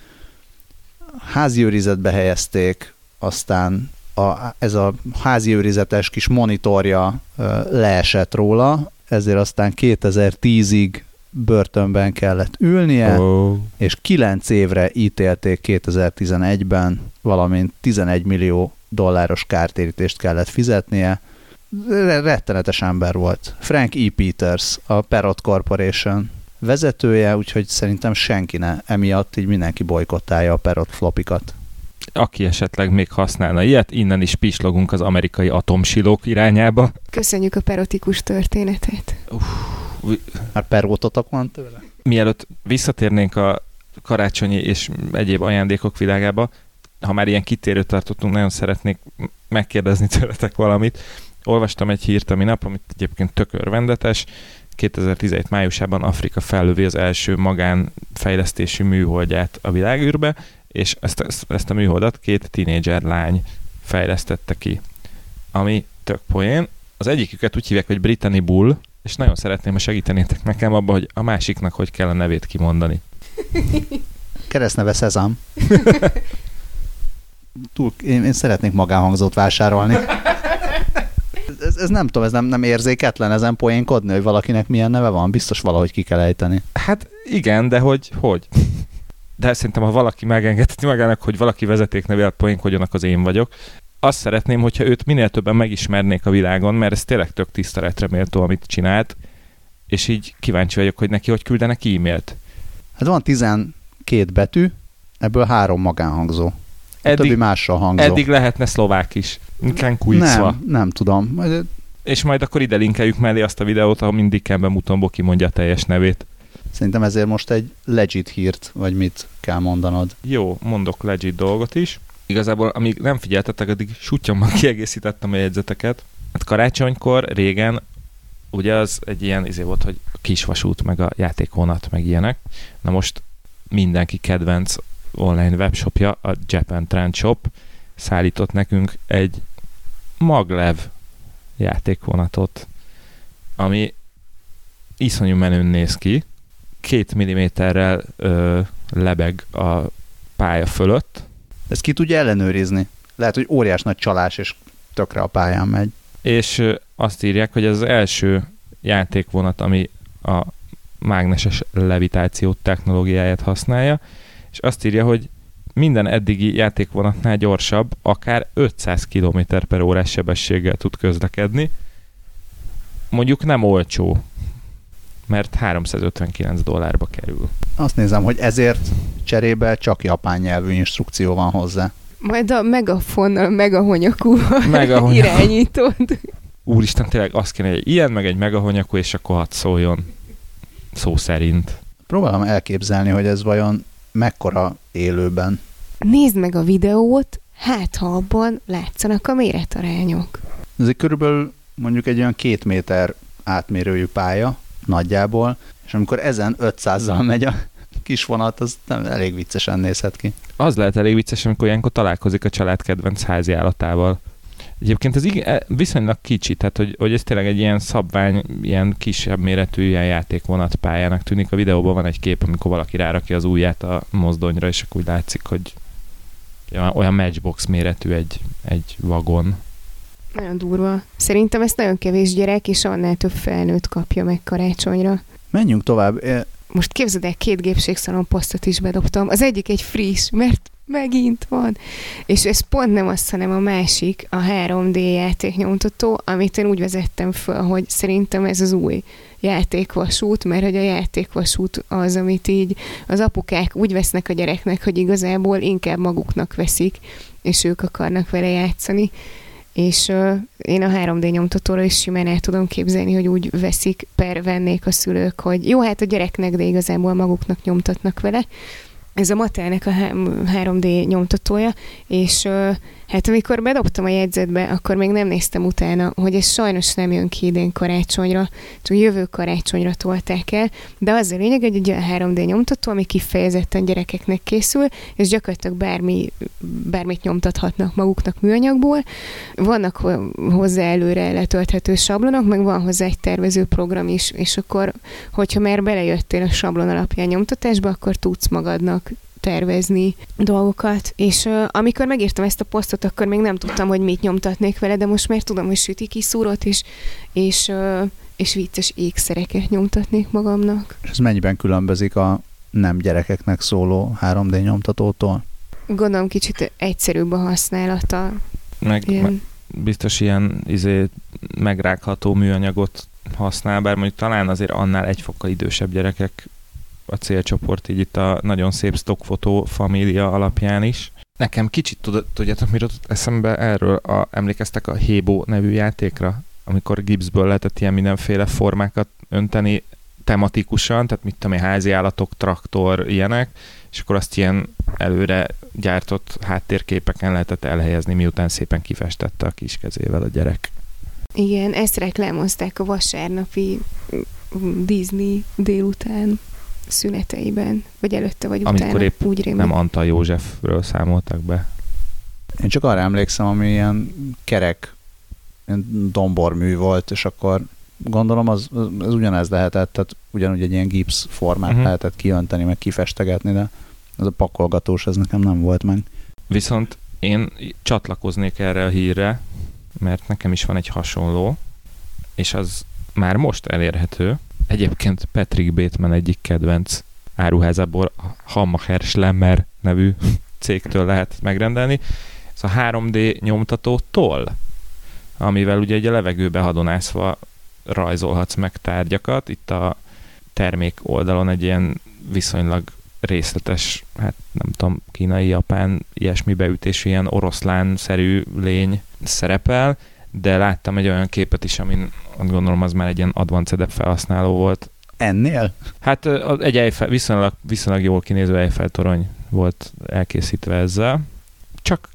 Speaker 2: Házi őrizetbe helyezték, aztán ez a házi őrizetes kis monitorja leesett róla, ezért aztán 2010-ig börtönben kellett ülnie, és 9 évre ítélték 2011-ben, valamint $11 millió kártérítést kellett fizetnie. Rettenetes ember volt. Frank E. Peters, a Perot Corporation vezetője, úgyhogy szerintem senki ne emiatt, így mindenki bojkottálja a Perot flopikat.
Speaker 3: Aki esetleg még használna ilyet, innen is pislogunk az amerikai atomsilók irányába.
Speaker 1: Köszönjük a perotikus történetet.
Speaker 2: Már perótotok van tőle?
Speaker 3: Mielőtt visszatérnénk a karácsonyi és egyéb ajándékok világába, ha már ilyen kitérőt tartottunk, nagyon szeretnék megkérdezni tőletek valamit. Olvastam egy hírt a minap, amit egyébként tök örvendetes. 2017 májusában Afrika fellövi az első magánfejlesztési műholdját a világűrbe, és ezt a műholdat 2 tínédzser lány fejlesztette ki, ami tök poén. Az egyiküket úgy hívják, hogy Brittany Bull, és nagyon szeretném, ha segítenétek nekem abba, hogy a másiknak hogy kell a nevét kimondani.
Speaker 2: Keresztneve Szezam. Én szeretnék magánhangzót vásárolni. Ez nem tudom, ez nem érzéketlen ezen poénkodni, hogy valakinek milyen neve van? Biztos valahogy ki kell ejteni.
Speaker 3: Hát igen, de hogy? De szerintem, ha valaki megengedheti magának, hogy valaki vezetéknevélet poénkodjonak, az én vagyok. Azt szeretném, hogyha őt minél többen megismernék a világon, mert ez tényleg tök tiszteletre méltó, amit csinált, és így kíváncsi vagyok, hogy neki hogy küldenek e-mailt.
Speaker 2: Hát van 12 betű, ebből 3 magánhangzó. Többi mással hangzó.
Speaker 3: Eddig lehetne szlovák is.
Speaker 2: Nem tudom.
Speaker 3: És majd akkor ide linkeljük mellé azt a videót, ahol mindig Kembe Mutombo kimondja a teljes nevét.
Speaker 2: Szerintem ezért most egy legit hírt, vagy mit kell mondanod.
Speaker 3: Jó, mondok legit dolgot is. Igazából, amíg nem figyeltetek, addig sutyomban kiegészítettem a jegyzeteket. Hát karácsonykor régen ugye az egy ilyen volt, hogy a kisvasút, meg a játékvonat, meg ilyenek. Na most mindenki kedvenc online webshopja, a Japan Trend Shop szállított nekünk egy maglev játékvonatot, ami iszonyú menőn néz ki, 2 mm-rel lebeg a pálya fölött.
Speaker 2: Ezt ki tudja ellenőrizni? Lehet, hogy óriás nagy csalás, és tökre a pályán megy.
Speaker 3: És azt írják, hogy ez az első játékvonat, ami a mágneses levitáció technológiáját használja, és azt írja, hogy minden eddigi játékvonatnál gyorsabb, akár 500 km/h sebességgel tud közlekedni. Mondjuk nem olcsó, mert $359 kerül.
Speaker 2: Azt nézem, hogy ezért cserébe csak japán nyelvű instrukció van hozzá.
Speaker 1: Majd a megafonnal, megahonyakú irányítod.
Speaker 3: Úristen, tényleg azt kéne, hogy ilyen, meg egy megahonyakú, és akkor hadd szóljon szó szerint.
Speaker 2: Próbálom elképzelni, hogy ez vajon mekkora élőben.
Speaker 1: Nézd meg a videót, hát ha abban látszanak a méretarányok.
Speaker 2: Ez egy körülbelül mondjuk egy olyan 2 méter átmérőjű pálya nagyjából, és amikor ezen 500-zal megy a kis vonat, az nem elég viccesen nézhet ki.
Speaker 3: Az lehet elég vicces, amikor ilyenkor találkozik a család kedvenc házi állatával. Egyébként ez viszonylag kicsi, tehát hogy ez tényleg egy ilyen szabvány, ilyen kisebb méretű ilyen játékvonat pályának tűnik. A videóban van egy kép, amikor valaki rárakja az ujját a mozdonyra, és akkor úgy látszik, hogy olyan matchbox méretű egy vagon.
Speaker 1: Nagyon durva. Szerintem ezt nagyon kevés gyerek, és annál több felnőtt kapja meg karácsonyra.
Speaker 2: Menjünk tovább.
Speaker 1: Most képzeld el, 2 gépségszalon posztot is bedobtam. Az egyik egy friss, mert megint van. És ez pont nem az, hanem a másik, a 3D játéknyomtató, amit én úgy vezettem föl, hogy szerintem ez az új játékvasút, mert hogy a játékvasút az, amit így az apukák úgy vesznek a gyereknek, hogy igazából inkább maguknak veszik, és ők akarnak vele játszani. És én a 3D nyomtatóra is simán el tudom képzelni, hogy úgy veszik, vennék a szülők, hogy jó, hát a gyereknek, de igazából maguknak nyomtatnak vele. Ez a Mattelnek a 3D nyomtatója, és hát amikor bedobtam a jegyzetbe, akkor még nem néztem utána, hogy ez sajnos nem jön ki idén karácsonyra, csak jövő karácsonyra tolták el, de az a lényeg, hogy egy olyan 3D nyomtató, ami kifejezetten gyerekeknek készül, és gyakorlatilag bármit nyomtathatnak maguknak műanyagból. Vannak hozzá előre letölthető sablonok, meg van hozzá egy tervező program is, és akkor, hogyha már belejöttél a sablon alapján nyomtatásba, akkor tudsz magadnak tervezni dolgokat, és amikor megírtam ezt a posztot, akkor még nem tudtam, hogy mit nyomtatnék vele, de most már tudom, hogy süti kiszúrót, és és vicces ékszereket nyomtatnék magamnak.
Speaker 2: És ez mennyiben különbözik a nem gyerekeknek szóló 3D nyomtatótól?
Speaker 1: Gondolom kicsit egyszerűbb a használata.
Speaker 3: Meg biztos ilyen megrágható műanyagot használ, bár mondjuk talán azért annál egy fokkal idősebb gyerekek a célcsoport, így itt a nagyon szép stockfotó família alapján is. Nekem kicsit tudjátok, miről eszembe erről, emlékeztek a Hebo nevű játékra, amikor gipszből lehetett ilyen mindenféle formákat önteni tematikusan, tehát mit tudom én, háziállatok, traktor, ilyenek, és akkor azt ilyen előre gyártott háttérképeken lehetett elhelyezni, miután szépen kifestette a kis kezével a gyerek.
Speaker 1: Igen, ezt reklámozták a vasárnapi Disney délután szüneteiben, vagy előtte, vagy utána.
Speaker 3: Amikor épp úgy nem Antal Józsefről számoltak be.
Speaker 2: Én csak arra emlékszem, ami ilyen kerek dombormű volt, és akkor gondolom az ugyanez lehetett, tehát ugyanúgy egy ilyen gipsz formát lehetett kiönteni, meg kifestegetni, de ez a pakolgatós, ez nekem nem volt meg.
Speaker 3: Viszont én csatlakoznék erre a hírre, mert nekem is van egy hasonló, és az már most elérhető. Egyébként Patrick Bateman egyik kedvenc áruházából, a Hammacher Schlemmer nevű cégtől lehet megrendelni. Ez a 3D nyomtató toll, amivel ugye egy a levegőbe hadonászva rajzolhatsz meg tárgyakat. Itt a termék oldalon egy ilyen viszonylag részletes, hát nem tudom, kínai, japán, ilyesmi beütésű, ilyen oroszlán-szerű lény szerepel, de láttam egy olyan képet is, amin gondolom az már egy ilyen advanced felhasználó volt.
Speaker 2: Ennél?
Speaker 3: Hát egy viszonylag jól kinéző Eiffel-torony volt elkészítve ezzel. Csak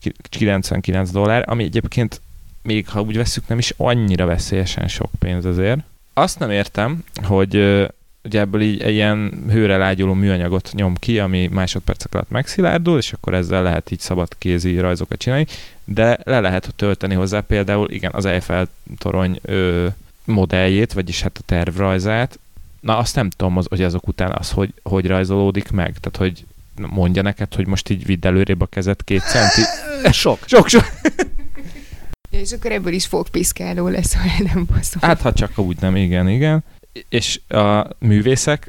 Speaker 3: $99, ami egyébként még ha úgy vesszük, nem is annyira veszélyesen sok pénz azért. Azt nem értem, hogy ugye ebből így egy ilyen hőre lágyuló műanyagot nyom ki, ami másodpercek alatt megszilárdul, és akkor ezzel lehet így szabadkézi rajzokat csinálni, de le lehet tölteni hozzá például, igen, az Eiffel-torony modelljét, vagyis hát a tervrajzát. Na azt nem tudom, hogy azok után az, hogy rajzolódik meg. Tehát, hogy mondja neked, hogy most így vidd előrébb a kezed 2 centi.
Speaker 2: Sok.
Speaker 1: És akkor ebből is fogpiszkáló lesz, ha nem baszol.
Speaker 3: Hát, ha csak úgy nem, igen. És a művészek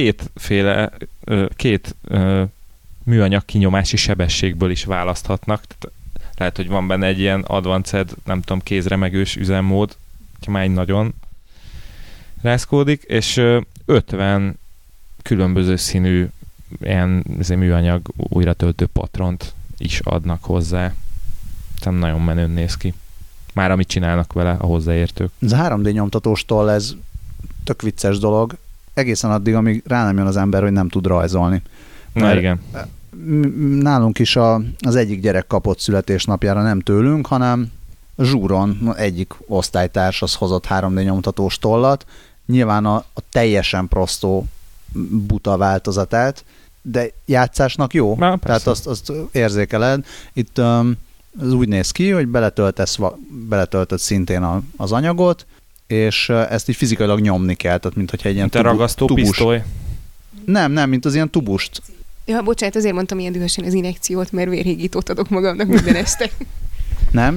Speaker 3: két műanyag kinyomási sebességből is választhatnak. Tehát lehet, hogy van benne egy ilyen advanced, nem tudom, kézremegős üzemmód, ha már egy nagyon rázkódik, és 50 különböző színű ilyen műanyag újratöltő patront is adnak hozzá. Tehát nagyon menőn néz ki. Már amit csinálnak vele a hozzáértők.
Speaker 2: Ez a 3D nyomtatóstól ez tök vicces dolog, egészen addig, amíg rá nem jön az ember, hogy nem tud rajzolni.
Speaker 3: Na igen.
Speaker 2: Nálunk is az egyik gyerek kapott születésnapjára nem tőlünk, hanem zsúron egyik osztálytárs az hozott 3D nyomtatós tollat, nyilván a teljesen prostó buta változatát, de játszásnak jó,
Speaker 3: na,
Speaker 2: tehát azt érzékeled. Itt az úgy néz ki, hogy beletöltöd szintén az anyagot, és ezt így fizikailag nyomni kell, tehát mint hogyha egy ilyen
Speaker 3: ragasztó pisztoly.
Speaker 2: Nem, mint az ilyen tubust.
Speaker 1: Ja, bocsánat, azért mondtam ilyen dühösen az injekciót, mert vérhígítót adok magamnak minden este.
Speaker 2: Nem,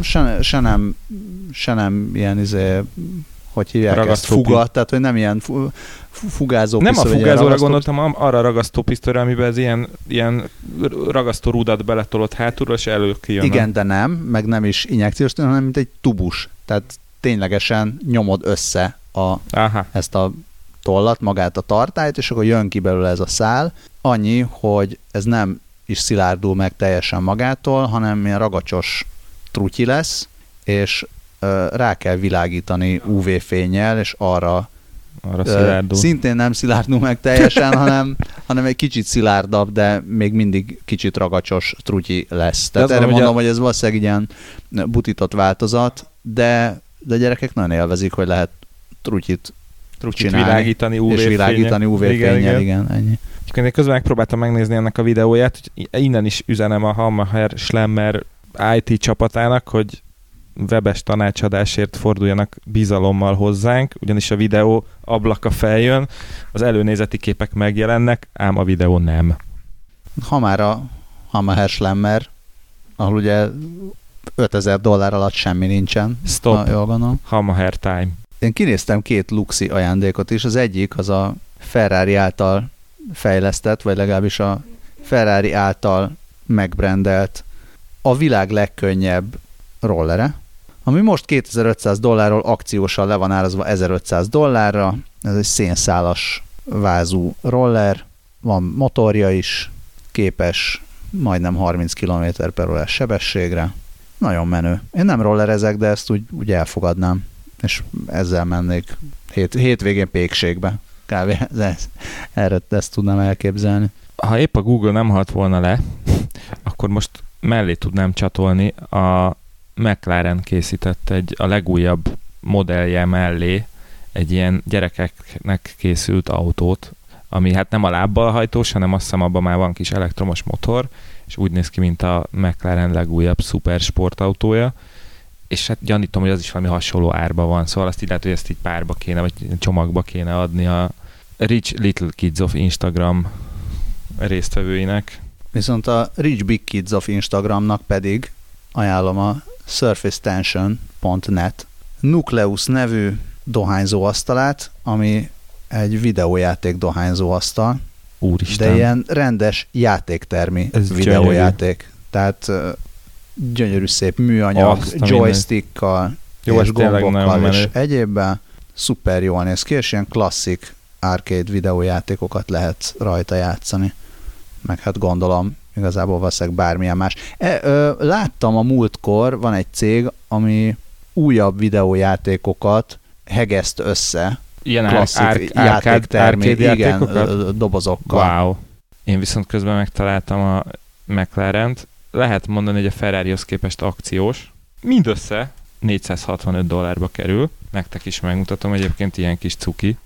Speaker 2: se nem ilyen hogy hívják ezt, fuga, tehát hogy nem ilyen fugázó
Speaker 3: nem
Speaker 2: pisztoly.
Speaker 3: Nem a fugázóra gondoltam, arra a ragasztó pisztolyra, amiben ez ilyen ragasztó rudat beletolott hátulra, és kijön.
Speaker 2: Igen, de nem, meg nem is injekciós, hanem mint egy tubus. Tehát ténylegesen nyomod össze ezt a tollat, magát a tartályt, és akkor jön ki belőle ez a szál. Annyi, hogy ez nem is szilárdul meg teljesen magától, hanem ilyen ragacsos trutyi lesz, és rá kell világítani UV-fénnyel, és arra szintén nem szilárdul meg teljesen, hanem egy kicsit szilárdabb, de még mindig kicsit ragacsos trutyi lesz. Tehát erre mondom, hogy ez valószínűleg ilyen butított változat, de gyerekek nagyon élvezik, hogy lehet trutyit csinálni,
Speaker 3: világítani UV-fénnyel.
Speaker 2: És világítani UV-fénnyel, igen, ennyi.
Speaker 3: Én közben megpróbáltam megnézni ennek a videóját, hogy innen is üzenem a Hammacher Schlemmer IT csapatának, hogy webes tanácsadásért forduljanak bizalommal hozzánk, ugyanis a videó ablaka feljön, az előnézeti képek megjelennek, ám a videó nem.
Speaker 2: Ha már a Hammacher Schlemmer, ahol ugye $5000 alatt semmi nincsen.
Speaker 3: Stop.
Speaker 2: Jól gondolom.
Speaker 3: Hammacher time.
Speaker 2: Én kinéztem 2 luxi ajándékot is. Az egyik az a Ferrari által fejlesztett, vagy legalábbis a Ferrari által megbrandelt a világ legkönnyebb rollere, ami most $2500 akciósan le van árazva $1500. Ez egy szénszálas vázú roller, van motorja is, képes majdnem 30 km/h sebességre. Nagyon menő. Én nem rollerezek, de ezt úgy elfogadnám, és ezzel mennék hétvégén pékségbe. Kb. Erre ezt tudnám elképzelni.
Speaker 3: Ha épp a Google nem halt volna le, akkor most mellé tudnám csatolni, a McLaren készített a legújabb modellje mellé egy ilyen gyerekeknek készült autót, ami hát nem a lábbal hajtós, hanem azt hiszem abban már van kis elektromos motor, és úgy néz ki, mint a McLaren legújabb szuper sportautója, és hát gyanítom, hogy az is valami hasonló árba van, szóval azt így lehet, hogy ezt így párba kéne, vagy csomagba kéne adni a Rich Little Kids of Instagram résztvevőinek.
Speaker 2: Viszont a Rich Big Kids of Instagramnak pedig ajánlom a surfacetension.net Nucleus nevű dohányzóasztalát, ami egy videójáték dohányzóasztal,
Speaker 3: Úristen.
Speaker 2: de ilyen rendes játéktermi videójáték. Gyönyörű. Tehát gyönyörű szép műanyag, joystickkal, és gombokkal és egyébben szuper jól néz ki, és ilyen klasszik arcade videójátékokat lehet rajta játszani. Meg hát gondolom, igazából valószínűleg bármilyen más. Láttam a múltkor, van egy cég, ami újabb videójátékokat hegeszt össze.
Speaker 3: Ilyen
Speaker 2: klasszik játéktermi, igen, dobozokkal.
Speaker 3: Wow. Én viszont közben megtaláltam a McLaren-t. Lehet mondani, hogy a Ferrarihoz képest akciós. Mindössze $465 kerül. Nektek is megmutatom, egyébként ilyen kis cuki.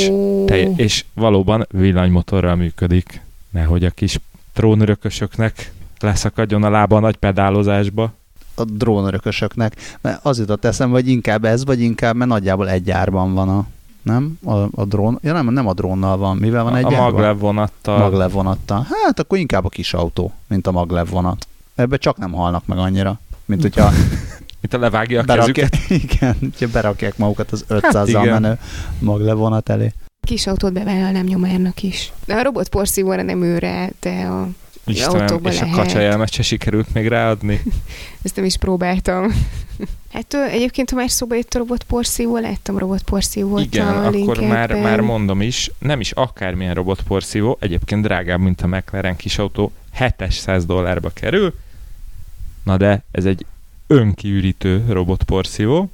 Speaker 3: És valóban villanymotorral működik. Nehogy a kis drónörökösöknek leszakadjon a lába a nagy pedálozásba.
Speaker 2: A drónörökösöknek. Mert az jutott eszembe, vagy inkább ez, vagy inkább, mert nagyjából egy árban van nem? A drón. Ja nem a drónnal van. Mivel van egy árban?
Speaker 3: A maglev vonattal.
Speaker 2: Maglev vonattal. Hát akkor inkább a kis autó, mint a maglev vonat. Ebbe csak nem halnak meg annyira, mint hogyha
Speaker 3: mint a levágja a kezüket.
Speaker 2: Igen, hogyha berakják magukat az 500-al menő maglev vonat elé.
Speaker 1: Kis autót bevállalnám nyomárnak is. De a robot porszívóra nem őre, de a
Speaker 3: Istenem, és
Speaker 1: lehet.
Speaker 3: A kacsajelmet se sikerült még ráadni.
Speaker 1: Ezt nem is próbáltam. Hát egyébként, ha már szóba jött a robotporszívó, láttam robotporszívót.
Speaker 3: Igen, akkor már mondom is, nem is akármilyen robotporszívó, egyébként drágább, mint a McLaren kisautó, $700 kerül. Na de ez egy önkiürítő robotporszívó,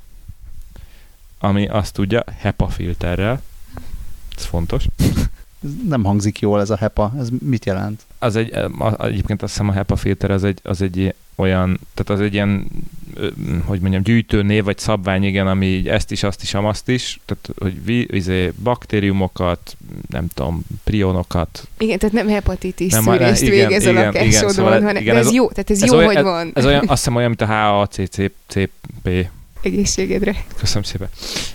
Speaker 3: ami azt tudja, HEPA filterrel. Ez fontos.
Speaker 2: Nem hangzik jól ez a HEPA. Ez mit jelent?
Speaker 3: Egyébként azt hiszem a HEPA filter az egy olyan, tehát az egy ilyen, hogy mondjam, gyűjtőnév vagy szabvány, igen, ami így ezt is, azt is, amazt is, tehát hogy baktériumokat, nem tudom, prionokat.
Speaker 1: Igen, tehát nem hepatitis szűrést végez a lakásodon, szóval, hanem igen, ez jó, tehát ez jó, hogy van.
Speaker 3: Ez olyan, azt hiszem olyan, mint a HACCP.
Speaker 1: Egészségedre.
Speaker 3: Köszönöm szépen.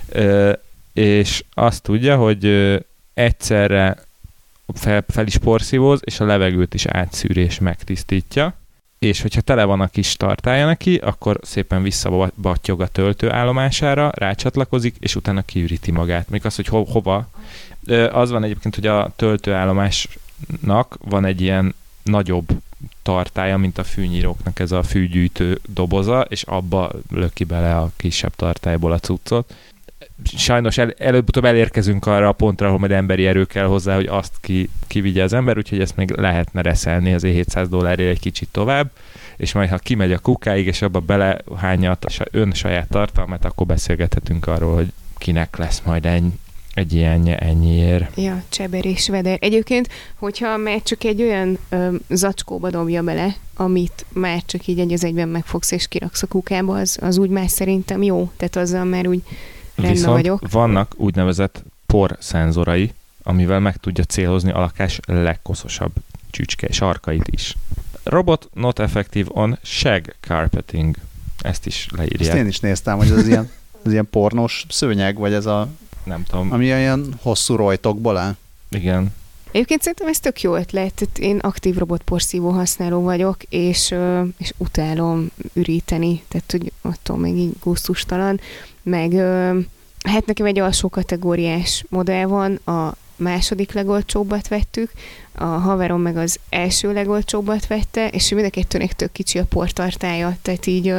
Speaker 3: És azt tudja, hogy egyszerre fel is porszívóz, és a levegőt is átszűrés megtisztítja, és hogyha tele van a kis tartálya neki, akkor szépen visszabattyog a töltőállomására, rácsatlakozik, és utána kiüríti magát. Még az, hogy hova. Az van egyébként, hogy a töltőállomásnak van egy ilyen nagyobb tartálya, mint a fűnyíróknak ez a fűgyűjtő doboza, és abba löki bele a kisebb tartályból a cuccot. Sajnos előbb-utóbb elérkezünk arra a pontra, ahol majd emberi erő kell hozzá, hogy azt kivigye az ember, úgyhogy ezt még lehetne reszelni azért $700 egy kicsit tovább, és majd ha kimegy a kukáig, és abba belehányja ön saját tartalmát, akkor beszélgethetünk arról, hogy kinek lesz majd egy ilyenje ennyiért.
Speaker 1: Ja, cseber és veder. Egyébként, hogyha már csak egy olyan zacskóba dobja bele, amit már csak így egy az egyben megfogsz és kiraksz a kukába, az úgy már szerintem jó. Tehát azzal már úgy
Speaker 3: viszont
Speaker 1: vagyok.
Speaker 3: Vannak úgynevezett porszenzorai, amivel meg tudja célozni a lakás legkoszosabb csücske sarkait is. Robot not effective on shag carpeting. Ezt is leírják.
Speaker 2: Ezt én is néztem, hogy az ilyen pornós szőnyeg, vagy ez a...
Speaker 3: Nem tudom.
Speaker 2: Ami ilyen hosszú rojtokból áll.
Speaker 3: Igen.
Speaker 1: Egyébként szerintem ez tök jó ötlet. Tehát én aktív robotporszívó használó vagyok, és utálom üríteni, tehát hogy attól még így gusztustalan, meg Hát nekem egy alsó kategóriás modell van, a második legolcsóbbat vettük, a haverom meg az első legolcsóbbat vette, és mind a kettőnek tök kicsi a portartálya, tehát így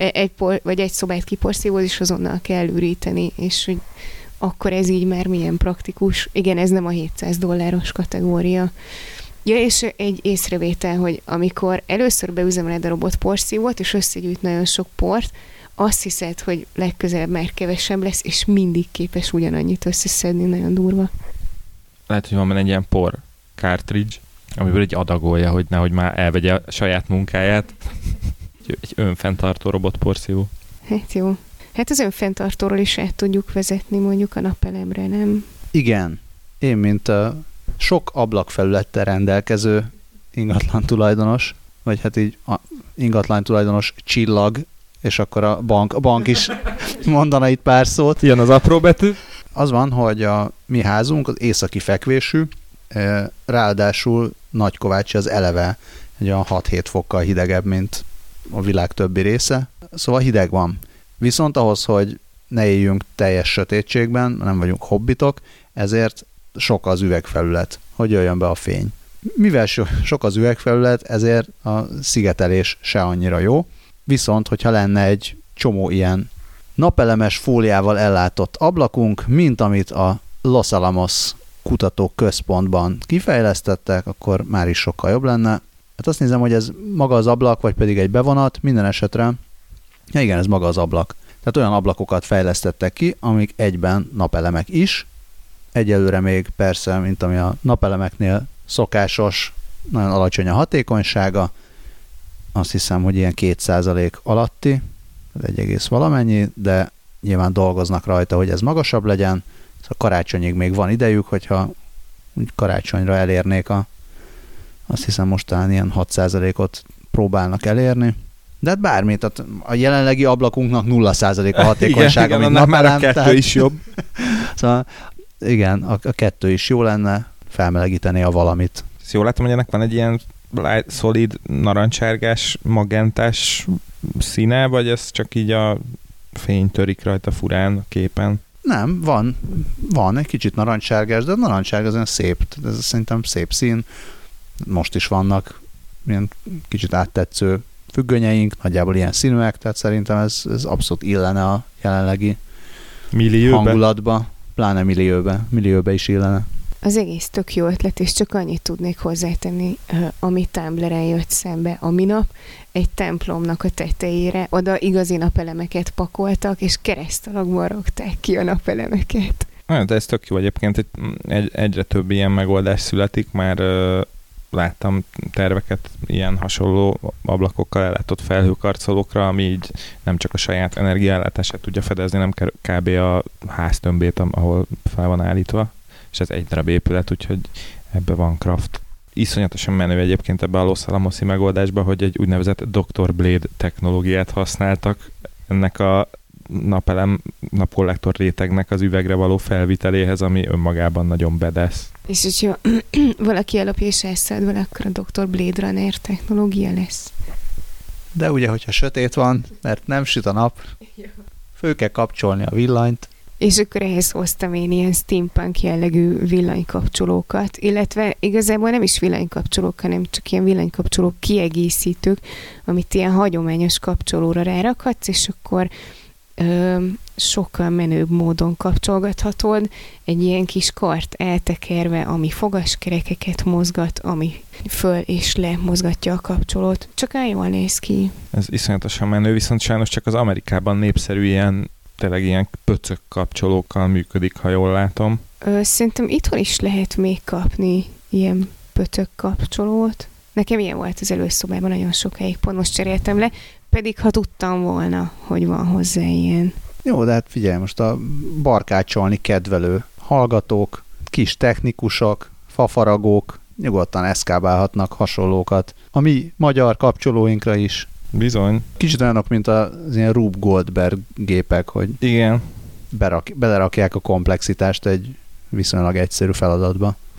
Speaker 1: egy szobát kiporszívóz, és azonnal kell üríteni, és hogy akkor ez így már milyen praktikus. Igen, ez nem a $700 kategória. Ja, és egy észrevétel, hogy amikor először beüzemeled a robot porszívót, és összegyűjt nagyon sok port, azt hiszed, hogy legközelebb már kevesebb lesz, és mindig képes ugyanannyit összeszedni, nagyon durva.
Speaker 3: Lehet, hogy van benne egy ilyen por cartridge, amiből egy adagolja, hogy nehogy már elvegye a saját munkáját. Egy önfenntartó robotporszívó.
Speaker 1: Hát jó. Hát az önfenntartóról is át tudjuk vezetni mondjuk a napelemre, nem?
Speaker 2: Igen. Én, mint sok ablakfelülettel rendelkező ingatlan tulajdonos, vagy hát így ingatlan tulajdonos csillag, és akkor a bank is mondana itt pár szót.
Speaker 3: Ilyen az apró betű.
Speaker 2: Az van, hogy a mi házunk az északi fekvésű, ráadásul Nagykovácsi az eleve egy olyan 6-7 fokkal hidegebb, mint a világ többi része. Szóval hideg van. Viszont ahhoz, hogy ne éljünk teljes sötétségben, nem vagyunk hobbitok, ezért sok az üvegfelület, hogy jöjjön be a fény. Mivel sok az üvegfelület, ezért a szigetelés se annyira jó. Viszont, hogyha lenne egy csomó ilyen napelemes fóliával ellátott ablakunk, mint amit a Los Alamos kutatóközpontban kifejlesztettek, akkor már is sokkal jobb lenne. Hát azt nézem, hogy ez maga az ablak, vagy pedig egy bevonat, minden esetre. Ja igen, ez maga az ablak. Tehát olyan ablakokat fejlesztettek ki, amik egyben napelemek is. Egyelőre még persze, mint ami a napelemeknél szokásos, nagyon alacsony a hatékonysága. Azt hiszem, hogy ilyen 2% alatti, 1, valamennyi, de nyilván dolgoznak rajta, hogy ez magasabb legyen. Szóval karácsonyig még van idejük, hogyha úgy karácsonyra elérnék azt hiszem most talán ilyen 6%-ot próbálnak elérni. De hát bármi, tehát a jelenlegi ablakunknak 0% a hatékonysága,
Speaker 3: igen,
Speaker 2: mint napelem.
Speaker 3: A kettő is jobb.
Speaker 2: Szóval igen, a kettő is jó lenne, felmelegíteni a valamit.
Speaker 3: Ezt jól látom, hogy ennek van egy ilyen szolid, narancsárgás, magentás színe, vagy ez csak így a fény törik rajta furán a képen?
Speaker 2: Nem, van egy kicsit narancsárgás, de a narancsárga az olyan szép, ez szerintem szép szín. Most is vannak ilyen kicsit áttetsző függönyeink, nagyjából ilyen színűek, tehát szerintem ez abszolút illene a jelenlegi hangulatba, pláne millióbe is illene.
Speaker 1: Az egész tök jó ötlet, és csak annyit tudnék hozzátenni, ami Tumblr-en jött szembe a minap, egy templomnak a tetejére, oda igazi napelemeket pakoltak, és keresztalakban rakták ki a napelemeket.
Speaker 3: De ez tök jó egyébként, egyre több ilyen megoldás születik, már láttam terveket ilyen hasonló ablakokkal ellátott felhőkarcolókra, ami így nem csak a saját energiaellátását tudja fedezni, nem kb. A háztömbét, ahol fel van állítva, és ez egy darab épület, úgyhogy ebbe van craft. Iszonyatosan menő egyébként ebbe a Los Alamos-i megoldásba, hogy egy úgynevezett Dr. Blade technológiát használtak ennek a napkollektor rétegnek az üvegre való felviteléhez, ami önmagában nagyon bedesz.
Speaker 1: És hogyha valaki alapja és elszáll vele, akkor a Dr. Blade Runner technológia lesz.
Speaker 2: De ugye, hogyha sötét van, mert nem süt a nap, föl kell kapcsolni a villanyt.
Speaker 1: És akkor ehhez hoztam én ilyen steampunk jellegű villanykapcsolókat, illetve igazából nem is villanykapcsolók, hanem csak ilyen villanykapcsolók kiegészítők, amit ilyen hagyományos kapcsolóra rárakhatsz, és akkor sokkal menőbb módon kapcsolgathatod egy ilyen kis kart eltekerve, ami fogaskerekeket mozgat, ami föl és le mozgatja a kapcsolót. Csak jól néz ki.
Speaker 3: Ez iszonyatosan menő, viszont sajnos csak az Amerikában népszerű ilyen, tényleg ilyen pöcök kapcsolókkal működik, ha jól látom.
Speaker 1: Szerintem itthon is lehet még kapni ilyen pöcök kapcsolót. Nekem ilyen volt az előszobában nagyon sokáig, pont most cseréltem le, pedig ha tudtam volna, hogy van hozzá ilyen.
Speaker 2: Jó, de hát figyelj, most a barkácsolni kedvelő hallgatók, kis technikusok, fafaragók nyugodtan eszkábálhatnak hasonlókat. A mi magyar kapcsolóinkra is.
Speaker 3: Bizony.
Speaker 2: Kicsit olyanok, mint az ilyen Rube Goldberg gépek, hogy
Speaker 3: igen,
Speaker 2: belerakják a komplexitást egy viszonylag egyszerű feladatba.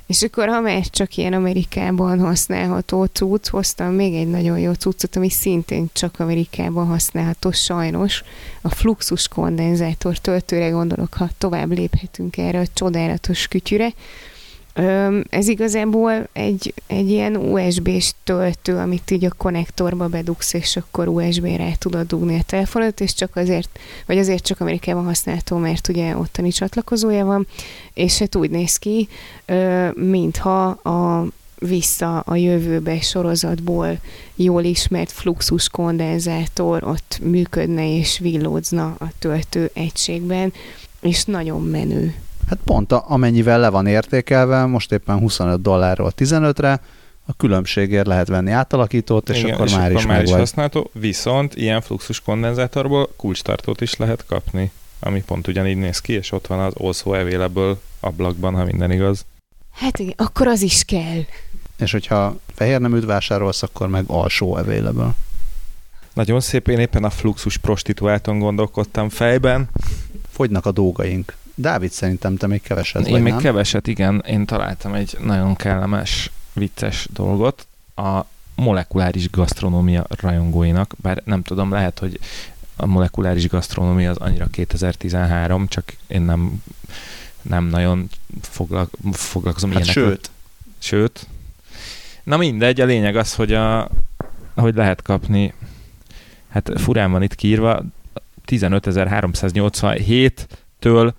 Speaker 1: És akkor, ha már csak ilyen Amerikában használható cucc, hoztam még egy nagyon jó cuccot, ami szintén csak Amerikában használható, sajnos. A fluxus kondenzátor töltőre gondolok, ha tovább léphetünk erre a csodálatos kütyüre. Ez igazából egy ilyen USB-s töltő, amit így a konnektorba bedugsz, és akkor USB-re tudod dugni a telefonot, és csak azért, vagy azért csak Amerikában használható, mert ugye ottani csatlakozója van, és hát úgy néz ki, mintha a Vissza a jövőbe sorozatból jól ismert fluxus kondenzátor ott működne és villódzna a töltő egységben, és nagyon menő.
Speaker 2: Hát pont amennyivel le van értékelve, most éppen $25 15-re, a különbségért lehet venni átalakítót, és
Speaker 3: igen,
Speaker 2: akkor
Speaker 3: és
Speaker 2: már
Speaker 3: akkor
Speaker 2: is
Speaker 3: már
Speaker 2: meg
Speaker 3: is
Speaker 2: vagy.
Speaker 3: használható, viszont ilyen fluxus kondenzátorból kulcstartót is lehet kapni, ami pont ugyanígy néz ki, és ott van az also available ablakban, ha minden igaz.
Speaker 1: Hát igen, akkor az is kell.
Speaker 2: És hogyha fehér neműt vásárolsz, akkor meg alsó available.
Speaker 3: Nagyon szép, én éppen a fluxus prostituálton gondolkodtam fejben.
Speaker 2: Fogynak a dolgaink. Dávid, szerintem te még keveset
Speaker 3: Én
Speaker 2: vagy,
Speaker 3: még
Speaker 2: nem?
Speaker 3: keveset, igen. Én találtam egy nagyon kellemes, vicces dolgot a molekuláris gasztronómia rajongóinak, bár nem tudom, lehet, hogy a molekuláris gasztronómia az annyira 2013, csak én nem nagyon foglalkozom
Speaker 2: Hát
Speaker 3: ilyenekkel. Sőt. Na mindegy, a lényeg az, hogy lehet kapni, hát furán van itt kiírva, 15.387-től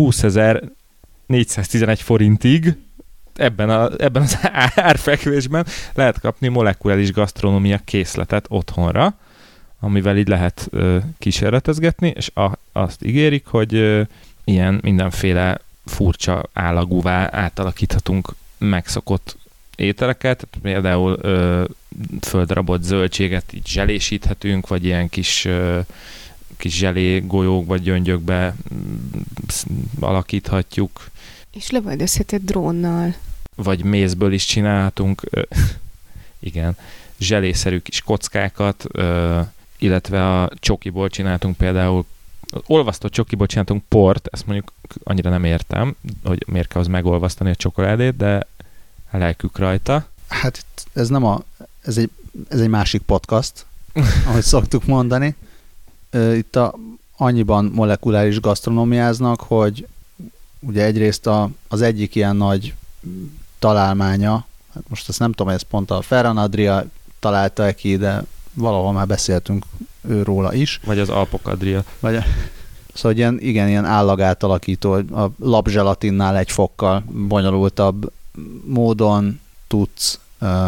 Speaker 3: 20.411 forintig ebben az árfekvésben lehet kapni molekuláris gasztronómia készletet otthonra, amivel így lehet kísérletezgetni, és azt ígérik, hogy ilyen mindenféle furcsa állagúvá átalakíthatunk megszokott ételeket, például földrabolt zöldséget így zselésíthetünk, vagy ilyen kis zselé golyók vagy gyöngyökbe alakíthatjuk.
Speaker 1: És lövöldözheted drónnal.
Speaker 3: Vagy mézből is csinálhatunk, igen, zselészerű kis kockákat, illetve a csokiból csináltunk például, olvasztott csokiból csináltunk port, ezt mondjuk annyira nem értem, hogy miért kell az megolvasztani a csokoládét, de a lelkük rajta.
Speaker 2: Hát ez nem ez egy másik podcast, ahogy szoktuk mondani. Itt annyiban molekuláris gasztronómiáznak, hogy ugye egyrészt az egyik ilyen nagy találmánya, hát most ezt nem tudom, hogy ez pont a Ferran Adria találta ki, de valahol már beszéltünk róla is.
Speaker 3: Vagy az Alpok Adria.
Speaker 2: Szóval ilyen állagátalakító, a lapzselatinnál egy fokkal bonyolultabb módon tudsz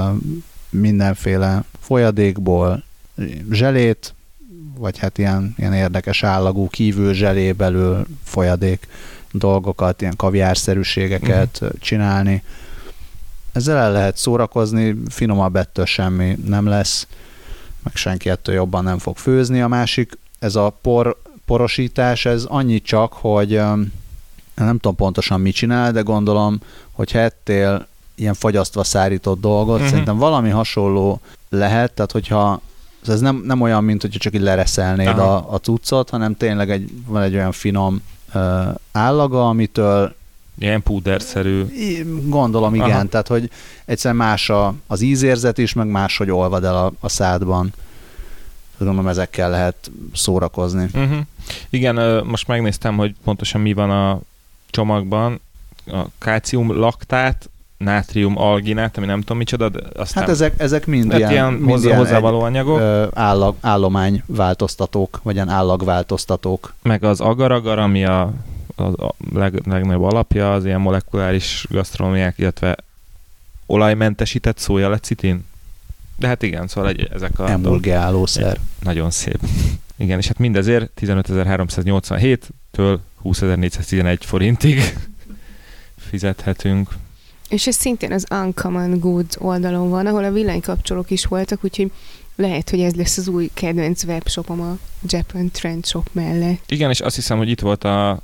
Speaker 2: mindenféle folyadékból zselét, vagy hát ilyen érdekes állagú kívül zselé belül folyadék dolgokat, ilyen kaviárszerűségeket csinálni. Ezzel el lehet szórakozni, finomabb ettől semmi nem lesz, meg senki ettől jobban nem fog főzni. A másik, ez a porosítás, ez annyi csak, hogy nem tudom pontosan mit csinál, de gondolom, hogy ettél ilyen fagyasztva szárított dolgot, szerintem valami hasonló lehet, tehát hogyha ez nem olyan, mint hogyha csak így lereszelnéd a cuccot, hanem tényleg van egy olyan finom állaga, amitől
Speaker 3: ilyen púderszerű.
Speaker 2: Gondolom, igen. Aha. Tehát, hogy egyszerűen más az ízérzet is, meg más, hogy olvad el a szádban. Tudom, ezekkel lehet szórakozni.
Speaker 3: Igen, most megnéztem, hogy pontosan mi van a csomagban. A kálcium laktát, nátrium alginát, ami nem tudom micsoda, de aztán...
Speaker 2: Hát ezek mind ilyen
Speaker 3: hozzávaló anyagok.
Speaker 2: Állományváltoztatók, vagy ilyen állagváltoztatók.
Speaker 3: Meg az agar-agar, ami a legnagyobb alapja az ilyen molekuláris gasztronómiák, illetve olajmentesített szójalecitin. De hát igen, szóval ezek a...
Speaker 2: Emulgálószer.
Speaker 3: Nagyon szép. Igen, és hát mindezért 15.387-től 20.411 forintig fizethetünk.
Speaker 1: És ez szintén az Uncommon Goods oldalon van, ahol a villanykapcsolók is voltak, úgyhogy lehet, hogy ez lesz az új kedvenc webshopom a Japan Trend Shop mellett.
Speaker 3: Igen, és azt hiszem, hogy itt volt a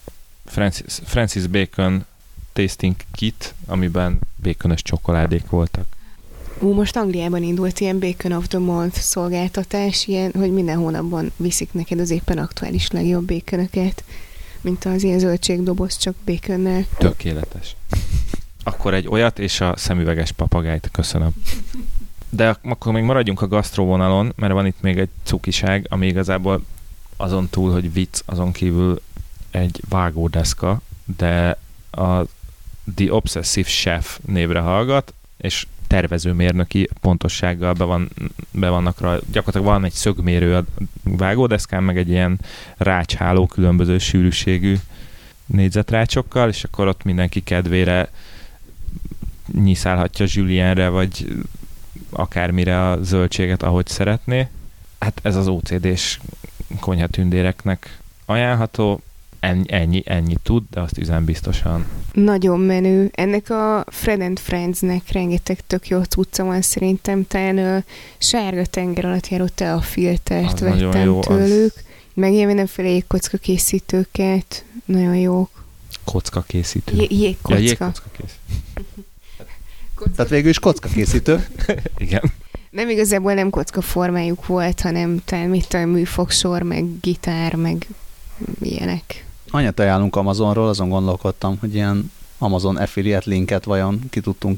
Speaker 3: Francis Bacon Tasting Kit, amiben baconös csokoládék voltak.
Speaker 1: Most Angliában indult ilyen Bacon of the Month szolgáltatás, ilyen, hogy minden hónapban viszik neked az éppen aktuális legjobb baconöket, mint az ilyen zöldségdoboz, csak baconnel.
Speaker 3: Tökéletes. Akkor egy olyat, és a szemüveges papagájt. Köszönöm. De akkor még maradjunk a gasztróvonalon, mert van itt még egy cukiság, ami igazából azon túl, hogy vicc, azon kívül egy vágódeszka, de a The Obsessive Chef névre hallgat, és tervezőmérnöki pontossággal be vannak rá. Gyakorlatilag van egy szögmérő a vágódeszkán, meg egy ilyen rácsháló különböző sűrűségű négyzetrácsokkal, és akkor ott mindenki kedvére nyiszálhatja Julienre, vagy akármire a zöldséget, ahogy szeretné. Hát ez az OCD-s konyhatündéreknek ajánlható. Ennyi tud, de azt üzem biztosan.
Speaker 1: Nagyon menő. Ennek a Fred and Friends-nek rengeteg tök jó cucca van szerintem. Talán sárga tenger alatt járó teafiltert vettem tőlük. Meg ilyen mindenféle jégkocka készítőket. Nagyon jók.
Speaker 3: Kocka készítő.
Speaker 1: Jégkocka.
Speaker 3: Ja, jégkocka készítő.
Speaker 2: Tehát végül is kocka készítő.
Speaker 3: Igen.
Speaker 1: Nem igazából nem kocka formájuk volt, hanem talán mit tudom, műfogsor, meg gitár, meg ilyenek.
Speaker 2: Anyat ajánlunk Amazonról, azon gondolkodtam, hogy ilyen Amazon affiliate linket vajon ki tudtunk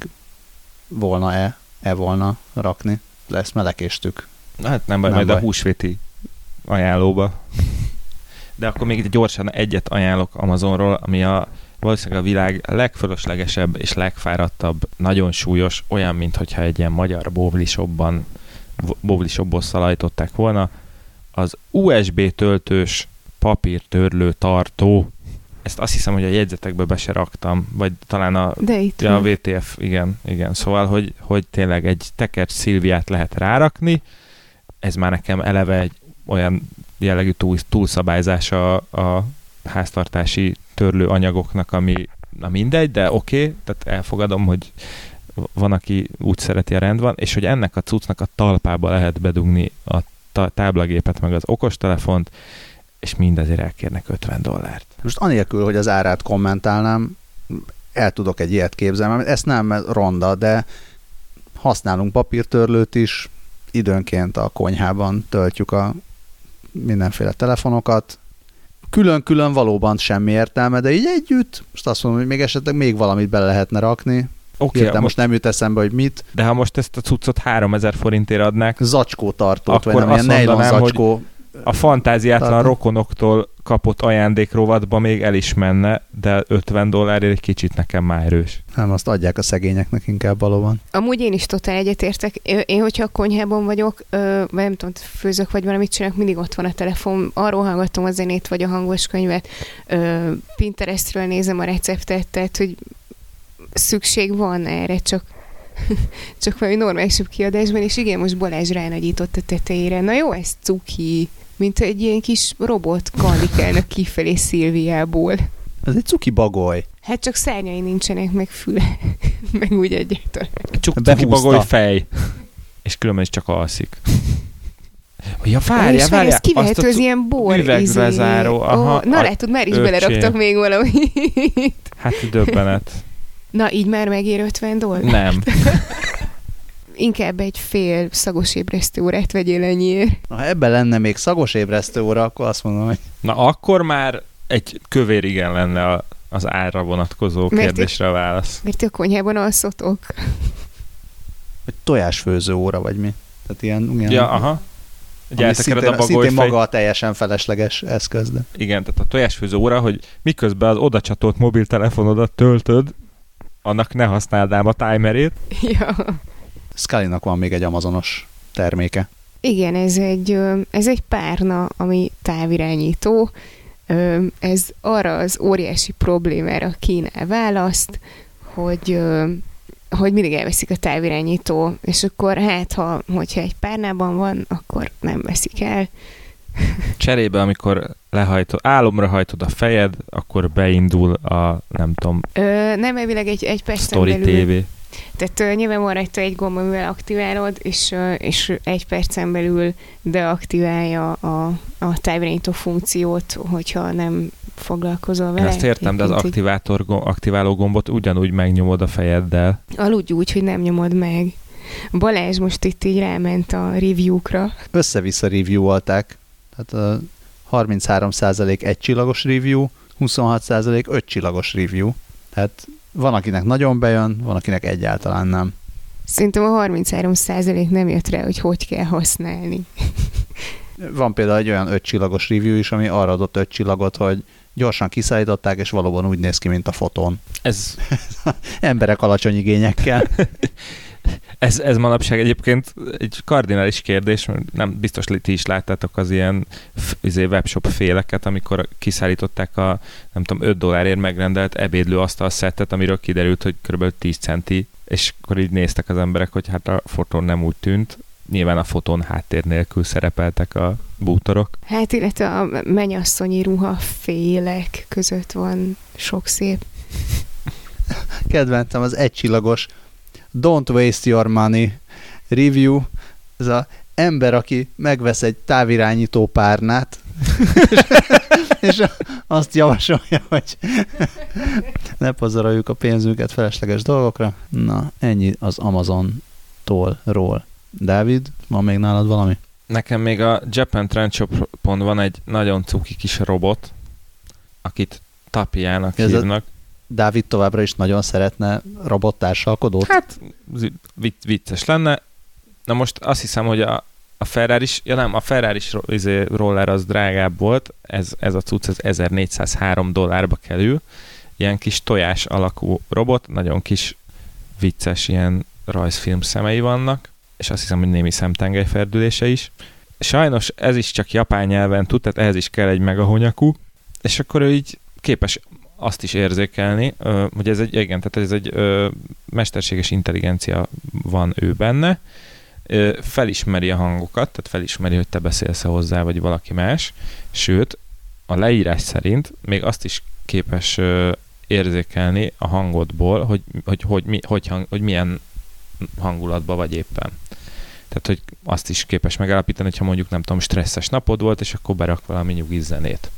Speaker 2: volna rakni, de ezt melekéstük.
Speaker 3: Hát nem baj, majd a húsvéti ajánlóba. De akkor még gyorsan egyet ajánlok Amazonról, ami valószínűleg a világ legfölöslegesebb és legfáradtabb, nagyon súlyos, olyan, mintha egy ilyen magyar bowlishopból szalajtották volna, az USB töltős papírtörlő tartó. Ezt azt hiszem, hogy a jegyzetekbe be se raktam, vagy talán a VTF, igen. Szóval, hogy tényleg egy tekert Szilviát lehet rárakni, ez már nekem eleve egy olyan jellegű túlszabályzása a háztartási törlőanyagoknak, ami na mindegy, de oké, tehát elfogadom, hogy van, aki úgy szereti, a rend van, és hogy ennek a cuccnak a talpába lehet bedugni a táblagépet, meg az okostelefont, és mindezért elkérnek $50.
Speaker 2: Most anélkül, hogy az árát kommentálnám, el tudok egy ilyet képzelni, ezt nem ronda, de használunk papírtörlőt is, időnként a konyhában töltjük a mindenféle telefonokat, külön-külön valóban semmi értelme, de így együtt, most azt mondom, hogy még esetleg még valamit bele lehetne rakni. Oké, most nem jut eszembe, hogy mit.
Speaker 3: De ha most ezt a cuccot 3000 forintért adnák,
Speaker 2: zacskótartót, vagy nem, ilyen nylon zacskó.
Speaker 3: A fantáziátlan rokonoktól kapott ajándékrovatba még el is menne, de $50 egy kicsit nekem már erős.
Speaker 2: Nem, azt adják a szegényeknek inkább valóban.
Speaker 1: Amúgy én is totál egyetértek. Én, hogyha a konyhában vagyok, vagy nem tudom, főzök, vagy valamit csinálok, mindig ott van a telefon. Arról hallgatom a zenét, vagy a hangos könyvet. Pinterestről nézem a receptet, tehát, hogy szükség van erre, csak valami normálisabb kiadásban, és igen, most Balázs ránagyított a tetejére. Na jó, ez cuki, mint egy ilyen kis robot kandikálnak kifelé Szilviából.
Speaker 2: Ez egy cuki bagoly.
Speaker 1: Hát csak szárnyai nincsenek, meg füle, meg úgy egyáltalán.
Speaker 3: Cuki bagoly fej. És különben is csak alszik. Ja, várjál.
Speaker 1: Ez kivehető, az ilyen bor
Speaker 3: üvegbezáró.
Speaker 1: Na látod, már is beleraktak még valamit.
Speaker 3: Hát döbbenet.
Speaker 1: Na, így már megér $50?
Speaker 3: Nem.
Speaker 1: Inkább egy fél szagos ébresztő órát vegyél ennyiért.
Speaker 2: Na, ha ebben lenne még szagos ébresztő óra, akkor azt mondom, hogy...
Speaker 3: Na, akkor már egy kövér igen lenne az árra vonatkozó kérdésre a válasz.
Speaker 1: Mert a konyhában alszotok.
Speaker 2: Vagy tojásfőző óra, vagy mi? Tehát ilyen
Speaker 3: ja, aha.
Speaker 2: Szintén maga a teljesen felesleges eszköz. De.
Speaker 3: Igen, tehát a tojásfőző óra, hogy miközben az odacsatolt mobiltelefonodat töltöd, annak ne használd ám a timerét.
Speaker 1: Ja.
Speaker 2: Scullynak van még egy amazonos terméke.
Speaker 1: Igen, ez egy párna, ami távirányító. Ez arra az óriási problémára kínál választ, hogy mindig elveszik a távirányító, és akkor hogyha egy párnában van, akkor nem veszik el.
Speaker 3: Cserébe, amikor álomra hajtod a fejed, akkor beindul a, nem tudom...
Speaker 1: nem, elvileg egy percen
Speaker 3: Story
Speaker 1: belül.
Speaker 3: TV.
Speaker 1: Tehát nyilván van rajta egy gomb, amivel aktiválod, és egy percen belül deaktiválja a távirányító funkciót, hogyha nem foglalkozol vele.
Speaker 3: Én azt értem, de az aktiváló gombot ugyanúgy megnyomod a fejeddel.
Speaker 1: Aludj úgy, hogy nem nyomod meg. Balázs most itt így ráment a review-kra.
Speaker 2: Össze-vissza review-olták. Tehát 33% 1 csillagos review, 26% 5 csillagos review. Tehát Van, akinek nagyon bejön, van, akinek egyáltalán nem.
Speaker 1: Szerintem a 33% nem jött rá, hogy kell használni.
Speaker 2: Van például egy olyan 5 csillagos review is, ami arra adott 5 csillagot, hogy gyorsan kiszállították, és valóban úgy néz ki, mint a fotón.
Speaker 3: Ez
Speaker 2: emberek alacsony igényekkel.
Speaker 3: Ez manapság egyébként egy kardinális kérdés, mert nem biztos, hogy ti is láttátok az ilyen webshop féleket, amikor kiszállították a, nem tudom, $5 megrendelt ebédlő asztal szettet, amiről kiderült, hogy kb. 10 centi, és akkor így néztek az emberek, hogy hát a fotón nem úgy tűnt. Nyilván a fotón háttér nélkül szerepeltek a bútorok.
Speaker 1: Hát, illetve a mennyasszonyi ruha félek között van sok szép.
Speaker 2: Kedventem az 1 csillagos Don't waste your money review. Ez az ember, aki megvesz egy távirányító párnát, és azt javasolja, hogy ne pazaroljuk a pénzünket felesleges dolgokra. Na, ennyi az Amazon-ról. Dávid, van még nálad valami?
Speaker 3: Nekem még a Japan Trend Shopon van egy nagyon cuki kis robot, akit Tapiának hívnak.
Speaker 2: Dávid továbbra is nagyon szeretne robottársalkodót?
Speaker 3: Hát, vicces lenne. Na most azt hiszem, hogy a Ferrari-s, a Ferrari-s roller az drágább volt, ez a cucc, ez $1403 kerül. Ilyen kis tojás alakú robot, nagyon kis vicces ilyen rajzfilm szemei vannak, és azt hiszem, hogy némi szemtengelyferdülése is. Sajnos ez is csak japán nyelven tud, tehát ehhez is kell egy megahonyakú, és akkor ő így képes azt is érzékelni, hogy ez egy mesterséges intelligencia van ő benne, felismeri a hangokat, tehát felismeri, hogy te beszélsz hozzá, vagy valaki más, sőt, a leírás szerint még azt is képes érzékelni a hangodból, hogy milyen hangulatban vagy éppen. Tehát, hogy azt is képes megállapítani, hogyha mondjuk, nem tudom, stresszes napod volt, és akkor berak valami nyugiz zenét.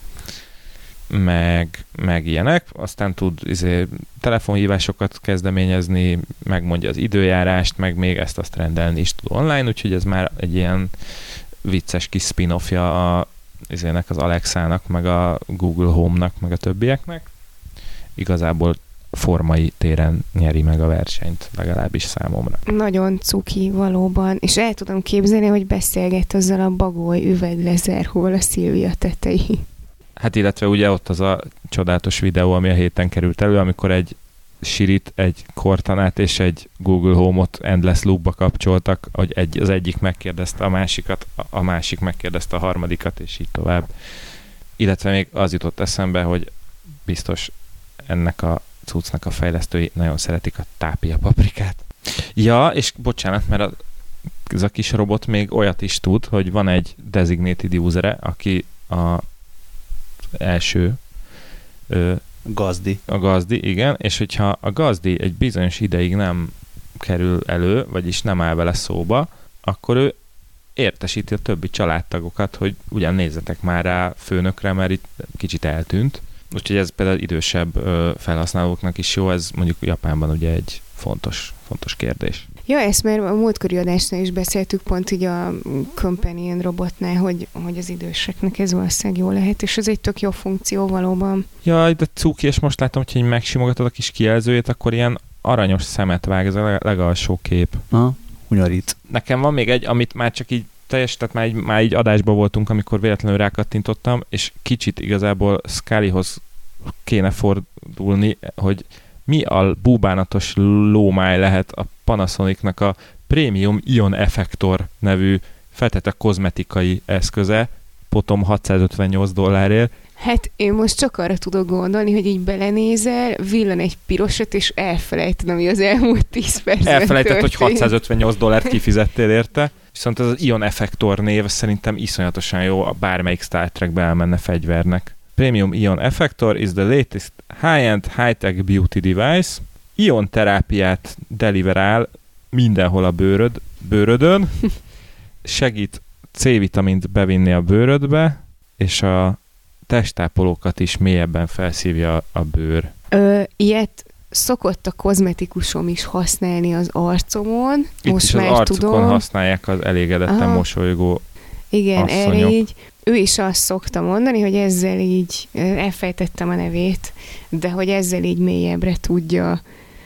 Speaker 3: Meg ilyenek, aztán tud telefonhívásokat kezdeményezni, megmondja az időjárást, meg még ezt-azt rendelni is tud online, úgyhogy ez már egy ilyen vicces kis spin-offja az Alexának, meg a Google Home-nak, meg a többieknek. Igazából formai téren nyeri meg a versenyt, legalábbis számomra.
Speaker 1: Nagyon cuki valóban, és el tudom képzelni, hogy beszélget azzal a bagoly üveglezerhol a Szilvia tetei.
Speaker 3: Hát illetve ugye ott az a csodálatos videó, ami a héten került elő, amikor egy Sirit, egy Cortanát és egy Google Home-ot endless loopba kapcsoltak, hogy az egyik megkérdezte a másikat, a másik megkérdezte a harmadikat, és így tovább. Illetve még az jutott eszembe, hogy biztos ennek a cuccnak a fejlesztői nagyon szeretik a tápia paprikát. Ja, és bocsánat, mert ez a kis robot még olyat is tud, hogy van egy designated user-e, aki a első
Speaker 2: gazdi.
Speaker 3: A gazdi, igen, és hogyha a gazdi egy bizonyos ideig nem kerül elő, vagyis nem áll vele szóba, akkor ő értesíti a többi családtagokat, hogy ugyan nézzetek már rá főnökre, mert itt kicsit eltűnt. Úgyhogy ez például idősebb felhasználóknak is jó, ez mondjuk Japánban ugye egy fontos kérdés.
Speaker 1: Ja, ezt már a múltkori adásnál is beszéltük pont így a Companion robotnál, hogy az időseknek ez valószínűleg jó lehet, és ez egy tök jó funkció valóban.
Speaker 3: Jaj, de cuki, és most látom, hogy megsimogatod a kis kijelzőjét, akkor ilyen aranyos szemet vág, ez a legalsó kép.
Speaker 2: Hunyorít.
Speaker 3: Nekem van még egy, amit már csak így tehát már így adásban voltunk, amikor véletlenül rákattintottam, és kicsit igazából Scullyhoz kéne fordulni, hogy mi a búbánatos lómáj lehet a Panasonicnak a Premium Ion Effector nevű feltétlenül kozmetikai eszköze, potom $658.
Speaker 1: Hát én most csak arra tudok gondolni, hogy így belenézel, villan egy pirosat, és elfelejted, ami az elmúlt 10 percben
Speaker 3: elfelejtett,
Speaker 1: történt.
Speaker 3: hogy $658 kifizettél érte, viszont ez az Ion Effector név szerintem iszonyatosan jó, a bármelyik Star Trekbe elmenne fegyvernek. Premium Ion Effector is the latest high-end high-tech beauty device. Ion terápiát deliverál mindenhol a bőrödön, segít C-vitamint bevinni a bőrödbe, és a testápolókat is mélyebben felszívja a bőr.
Speaker 1: Ilyet szokott a kozmetikusom is használni az arcomon.
Speaker 3: Itt
Speaker 1: most
Speaker 3: is
Speaker 1: már
Speaker 3: az arcukon
Speaker 1: tudom.
Speaker 3: használják az elégedetten mosolygó
Speaker 1: Igen,
Speaker 3: asszonyok.
Speaker 1: erre így ő is azt szokta mondani, hogy ezzel így, elfejtettem a nevét, de hogy ezzel így mélyebbre tudja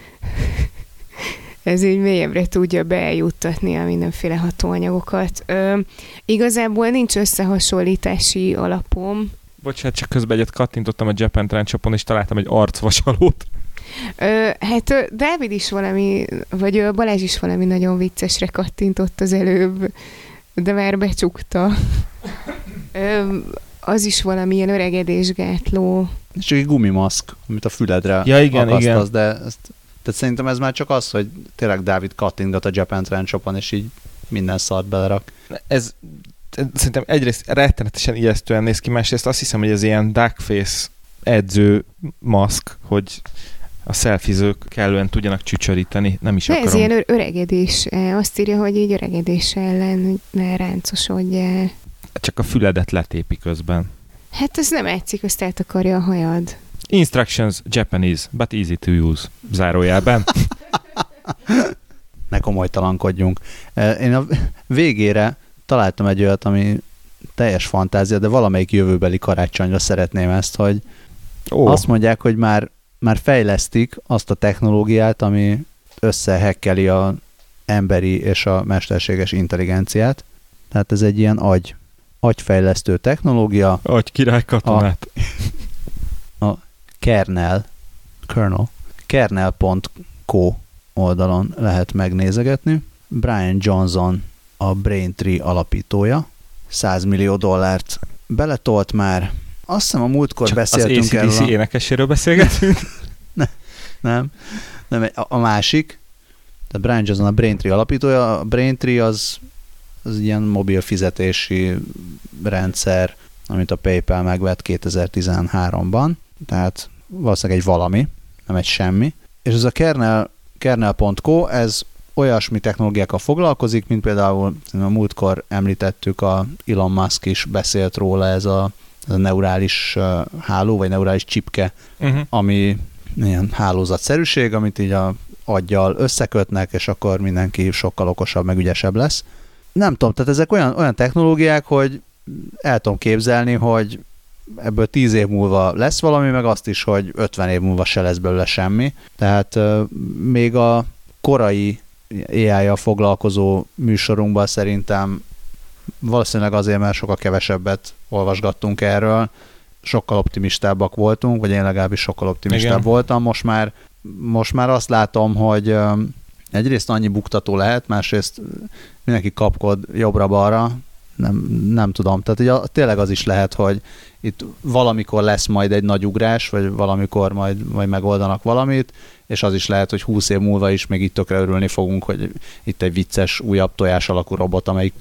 Speaker 1: bejuttatni a mindenféle hatóanyagokat. Igazából nincs összehasonlítási alapom.
Speaker 3: Bocsánat, csak közben egyet kattintottam a Japan Trend Shopon, és találtam egy arcvasalót.
Speaker 1: Hát Dávid is valami, vagy Balázs is valami nagyon viccesre kattintott az előbb, de már becsukta. Az is valami ilyen öregedésgátló.
Speaker 2: Csak egy gumimaszk, amit a füledre akasztasz, de tehát szerintem ez már csak az, hogy tényleg Dávid kattingat a Japan Trend Shopon, és így minden szart belerak.
Speaker 3: Ez szerintem egyrészt rettenetesen ijesztően néz ki, másrészt azt hiszem, hogy ez ilyen duckface edző maszk, hogy a szelfizők kellően tudjanak csücsöríteni, nem is akarom.
Speaker 1: Ez ilyen öregedés, azt írja, hogy így öregedés ellen, hogy ne ráncosodjál.
Speaker 3: Csak a füledet letépi közben.
Speaker 1: Hát ez nem egyszik, azt eltakarja a hajad.
Speaker 3: Instructions Japanese, but easy to use. Zárójelben.
Speaker 2: Ne komolytalankodjunk. Én a végére találtam egy olyat, ami teljes fantázia, de valamelyik jövőbeli karácsonyra szeretném ezt, hogy azt mondják, hogy már fejlesztik azt a technológiát, ami összehekkeli az emberi és a mesterséges intelligenciát. Tehát ez egy ilyen agyfejlesztő technológia.
Speaker 3: Király katonát.
Speaker 2: A kernel.co oldalon lehet megnézegetni. Brian Johnson a Braintree alapítója. $100 millió beletolt már. Azt hiszem a múltkor
Speaker 3: csak
Speaker 2: beszéltünk
Speaker 3: erről. Az ACDC énekeséről beszélgetünk?
Speaker 2: Nem. A másik, tehát Brian Johnson a Braintree alapítója. A Braintree az ilyen mobil fizetési rendszer, amit a PayPal megvett 2013-ban. Tehát valószínűleg egy valami, nem egy semmi. És ez a kernel.co, ez olyasmi technológiákkal foglalkozik, mint például a múltkor említettük, a Elon Musk is beszélt róla, ez a neurális háló, vagy neurális csipke, ami ilyen hálózatszerűség, amit így a aggyal összekötnek, és akkor mindenki sokkal okosabb, meg ügyesebb lesz. Nem tudom, tehát ezek olyan technológiák, hogy el tudom képzelni, hogy ebből 10 év múlva lesz valami, meg azt is, hogy 50 év múlva se lesz belőle semmi. Tehát még a korai AI-jal foglalkozó műsorunkban szerintem valószínűleg azért, mert sokkal kevesebbet olvasgattunk erről, sokkal optimistábbak voltunk, vagy én legalábbis sokkal optimistább voltam. Most már azt látom, hogy egyrészt annyi buktató lehet, másrészt mindenki kapkod jobbra-balra, nem tudom. Tehát ugye tényleg az is lehet, hogy itt valamikor lesz majd egy nagy ugrás, vagy valamikor majd megoldanak valamit, és az is lehet, hogy 20 év múlva is még itt tökre örülni fogunk, hogy itt egy vicces, újabb tojás alakú robot, amelyik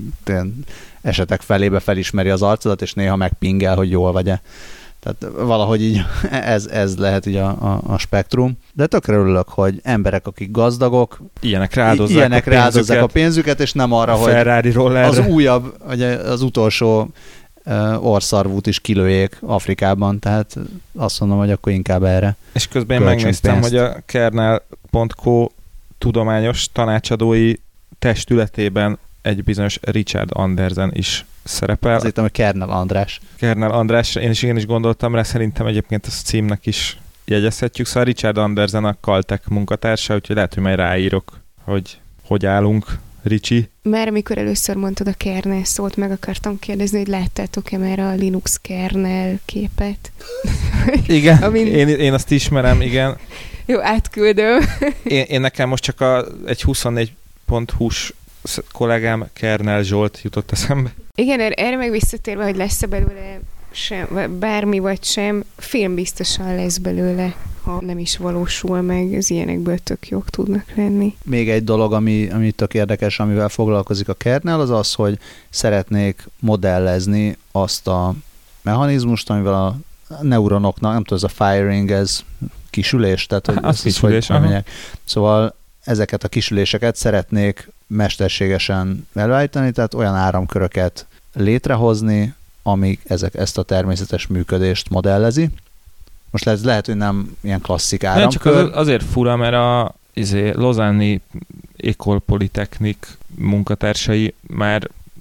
Speaker 2: esetek felébe felismeri az arcodat, és néha megpingel, hogy jól vagy-e. Tehát valahogy így ez lehet így a spektrum. De tökre örülök, hogy emberek, akik gazdagok, ilyenekre áldozzák a pénzüket, és nem arra, hogy az újabb, vagy az utolsó orszarvút is kilőjék Afrikában, tehát azt mondom, hogy akkor inkább erre.
Speaker 3: És közben én megnéztem, hogy a kernel.co tudományos tanácsadói testületében egy bizonyos Richard Andersen is szerepel.
Speaker 2: Azt hittem, hogy Kernel András.
Speaker 3: Kernel András, én is gondoltam rá, szerintem egyébként ezt a címnek is jegyezhetjük. Szóval Richard Andersen a Caltech munkatársa, úgyhogy lehet, hogy majd ráírok, hogy állunk, Ricsi.
Speaker 1: Már amikor először mondtad a kernel szót, meg akartam kérdezni, hogy láttátok-e már a Linux kernel képet?
Speaker 3: Igen, én azt ismerem, igen.
Speaker 1: Jó, átküldöm.
Speaker 3: Én nekem most csak egy 24.hu-s kollégám, Kernel Zsolt jutott eszembe.
Speaker 1: Igen, erre meg visszatérve, hogy lesz-e belőle sem, bármi vagy sem, film biztosan lesz belőle, ha nem is valósul meg, az ilyenekből tök jók tudnak lenni.
Speaker 2: Még egy dolog, ami tök érdekes, amivel foglalkozik a kernel, az az, hogy szeretnék modellezni azt a mechanizmust, amivel a neuronoknak, nem tudom, ez a firing, ez kisülés, tehát hogy
Speaker 3: ez kisülés,
Speaker 2: hogy szóval ezeket a kisüléseket szeretnék mesterségesen előállítani, tehát olyan áramköröket létrehozni, amik ezt a természetes működést modellezi. Most lehet, hogy nem ilyen klasszik áramkör.
Speaker 3: Csak azért fura, mert a Lausanne-i École Polytechnique munkatársai már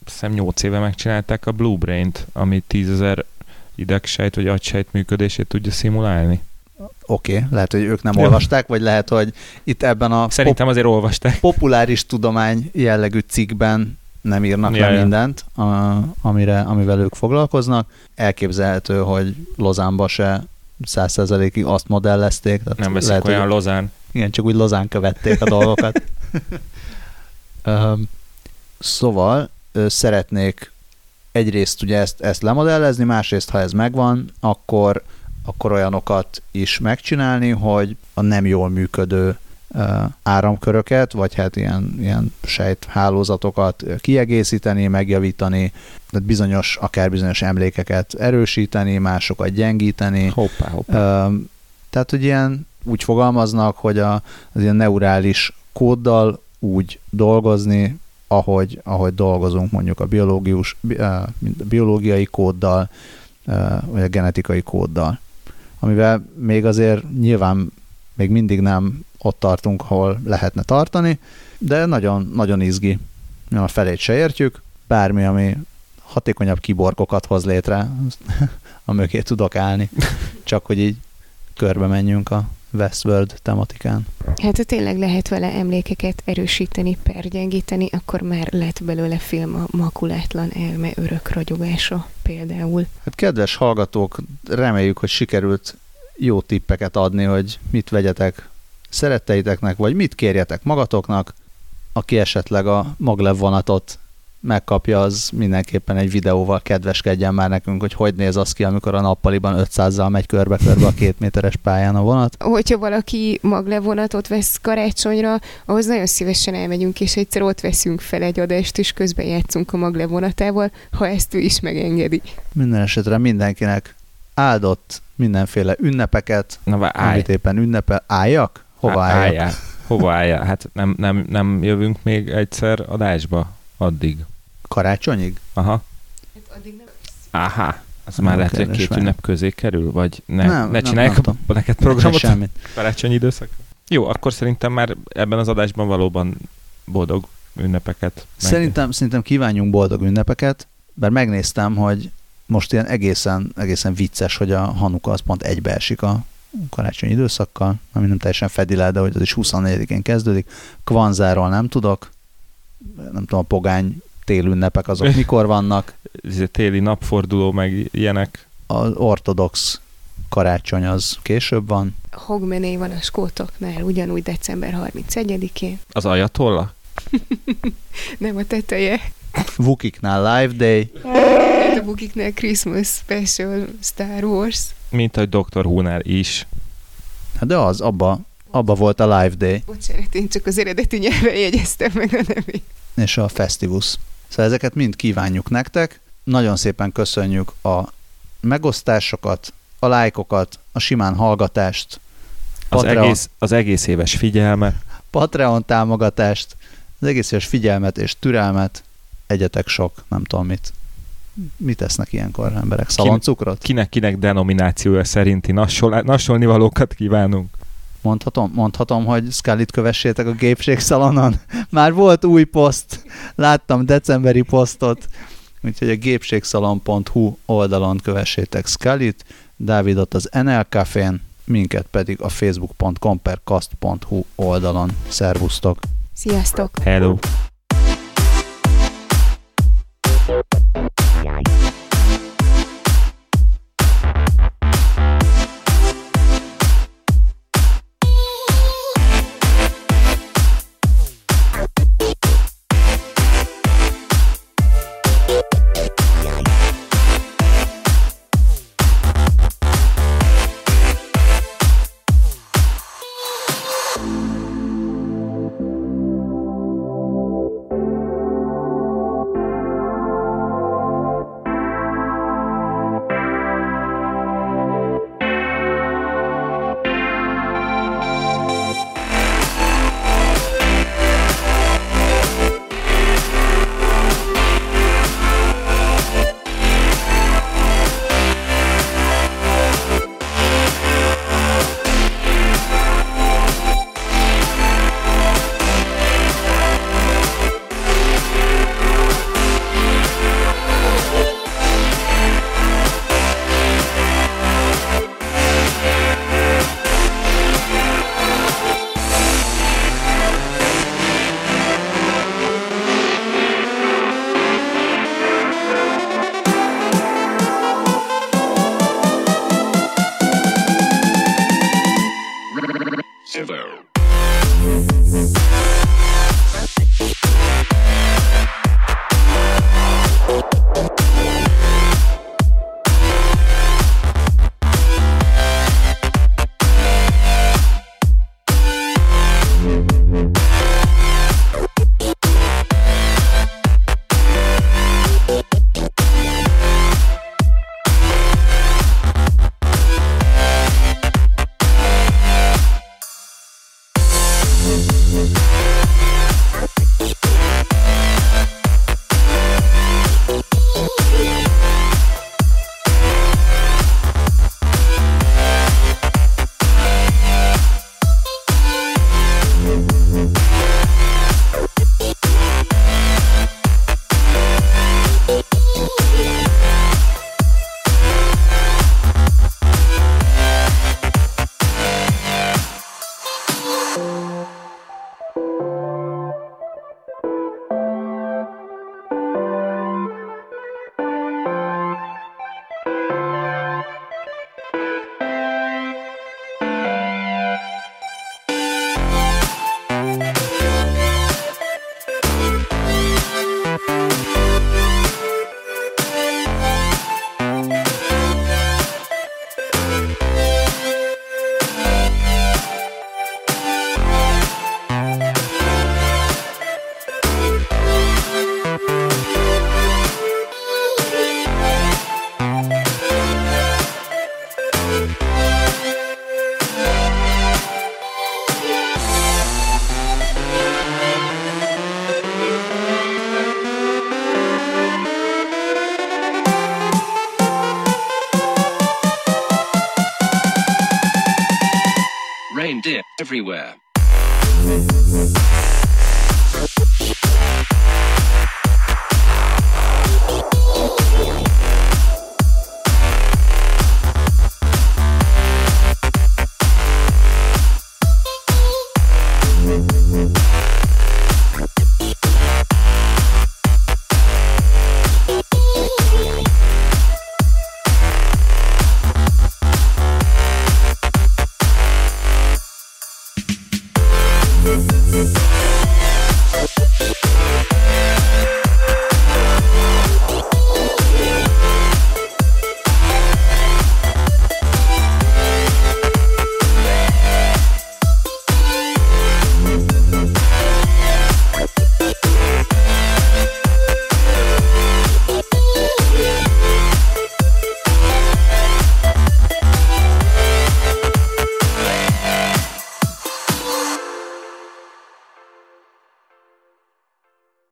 Speaker 3: hiszem 8 éve megcsinálták a Blue Brain-t, ami 10.000 idegsejt vagy agysejt működését tudja szimulálni.
Speaker 2: Oké, lehet, hogy ők nem olvasták, vagy lehet, hogy itt ebben a
Speaker 3: szerintem azért olvasták.
Speaker 2: Populáris tudomány jellegű cikkben nem írnak le mindent, amivel ők foglalkoznak. Elképzelhető, hogy Lozánba se 100%-ig azt modellezték.
Speaker 3: Nem veszik lehet, olyan Lozán.
Speaker 2: Igen, csak úgy Lozán követték a dolgokat. Szóval szeretnék egyrészt ugye ezt lemodellezni, másrészt, ha ez megvan, akkor olyanokat is megcsinálni, hogy a nem jól működő áramköröket, vagy hát ilyen sejthálózatokat kiegészíteni, megjavítani, tehát akár bizonyos emlékeket erősíteni, másokat gyengíteni.
Speaker 3: Hoppá.
Speaker 2: Tehát, hogy úgy fogalmaznak, hogy az ilyen neurális kóddal úgy dolgozni, ahogy dolgozunk mondjuk a biológiai kóddal, vagy a genetikai kóddal. Amivel még azért nyilván még mindig nem ott tartunk, ahol lehetne tartani, de nagyon, nagyon izgi. A felét se értjük, bármi, ami hatékonyabb kiborgokat hoz létre, a mögé tudok állni, csak hogy így körbe menjünk a Westworld tematikán.
Speaker 1: Hát ha tényleg lehet vele emlékeket erősíteni, pergyengíteni, akkor már lett belőle film a Makulátlan elme örök ragyogása például.
Speaker 2: Hát kedves hallgatók, reméljük, hogy sikerült jó tippeket adni, hogy mit vegyetek szeretteiteknek, vagy mit kérjetek magatoknak. Aki esetleg a maglev vonatot megkapja, az mindenképpen egy videóval kedveskedjen már nekünk, hogy néz az ki, amikor a nappaliban 500-zal megy körbe-körbe a 2 méteres pályán a vonat.
Speaker 1: Hogyha valaki maglev vonatot vesz karácsonyra, ahhoz nagyon szívesen elmegyünk, és egyszer ott veszünk fel egy adást, és közben játszunk a maglev vonatával, ha ezt ő is megengedi.
Speaker 2: Minden esetre mindenkinek áldott mindenféle ünnepeket, amit éppen ünnepel. Álljak? Hova álljak?
Speaker 3: Hova álljak? Hát nem jövünk még egyszer adásba addig.
Speaker 2: Karácsonyig?
Speaker 3: Aha.
Speaker 1: Hát addig nem.
Speaker 3: Aha. Az már lehet, hogy 2 ünnep közé kerül? Vagy ne csinálják neked programot karácsonyi időszakra? Jó, akkor szerintem már ebben az adásban valóban boldog ünnepeket.
Speaker 2: Szerintem kívánjunk boldog ünnepeket, bár megnéztem, hogy most ilyen egészen vicces, hogy a Hanuka az pont egybeesik a karácsonyi időszakkal, ami nem teljesen fedi le, de hogy az is 24-én kezdődik. Kvanzáról nem tudok, nem tudom, a pogány télünnepek azok mikor vannak.
Speaker 3: Téli napforduló, meg ilyenek.
Speaker 2: Az ortodox karácsony az később van.
Speaker 1: Hogmené van a skótoknál, ugyanúgy december 31-én.
Speaker 3: Az ajatolla?
Speaker 1: Nem a teteje.
Speaker 2: Vukiknál Live Day.
Speaker 1: A Vukiknál Christmas Special Star Wars.
Speaker 3: Mint a Dr. Who-nál is.
Speaker 2: De az, abba volt a Live Day.
Speaker 1: Bocsánat, én csak az eredeti nyelven jegyeztem meg a nevét.
Speaker 2: És a Festivus. Szóval ezeket mind kívánjuk nektek. Nagyon szépen köszönjük a megosztásokat, a lájkokat, a simán hallgatást,
Speaker 3: az egész éves figyelmet,
Speaker 2: Patreon támogatást, az egész éves figyelmet és türelmet, egyetek sok, nem tudom mit. Mit esznek ilyenkor emberek? Szaloncukrot?
Speaker 3: Kinek denominációja szerinti nassolni valókat kívánunk.
Speaker 2: Mondhatom, hogy Scullyt kövessétek a gépségszalonon. Már volt új poszt, láttam decemberi posztot, úgyhogy a gépségszalon.hu oldalon kövessétek Scullyt, Dávidot az NL Cafén, minket pedig a facebook.com/cast.hu oldalon. Szervusztok!
Speaker 1: Sziasztok!
Speaker 3: Hello!
Speaker 4: Reindeer everywhere.
Speaker 5: We'll be right back.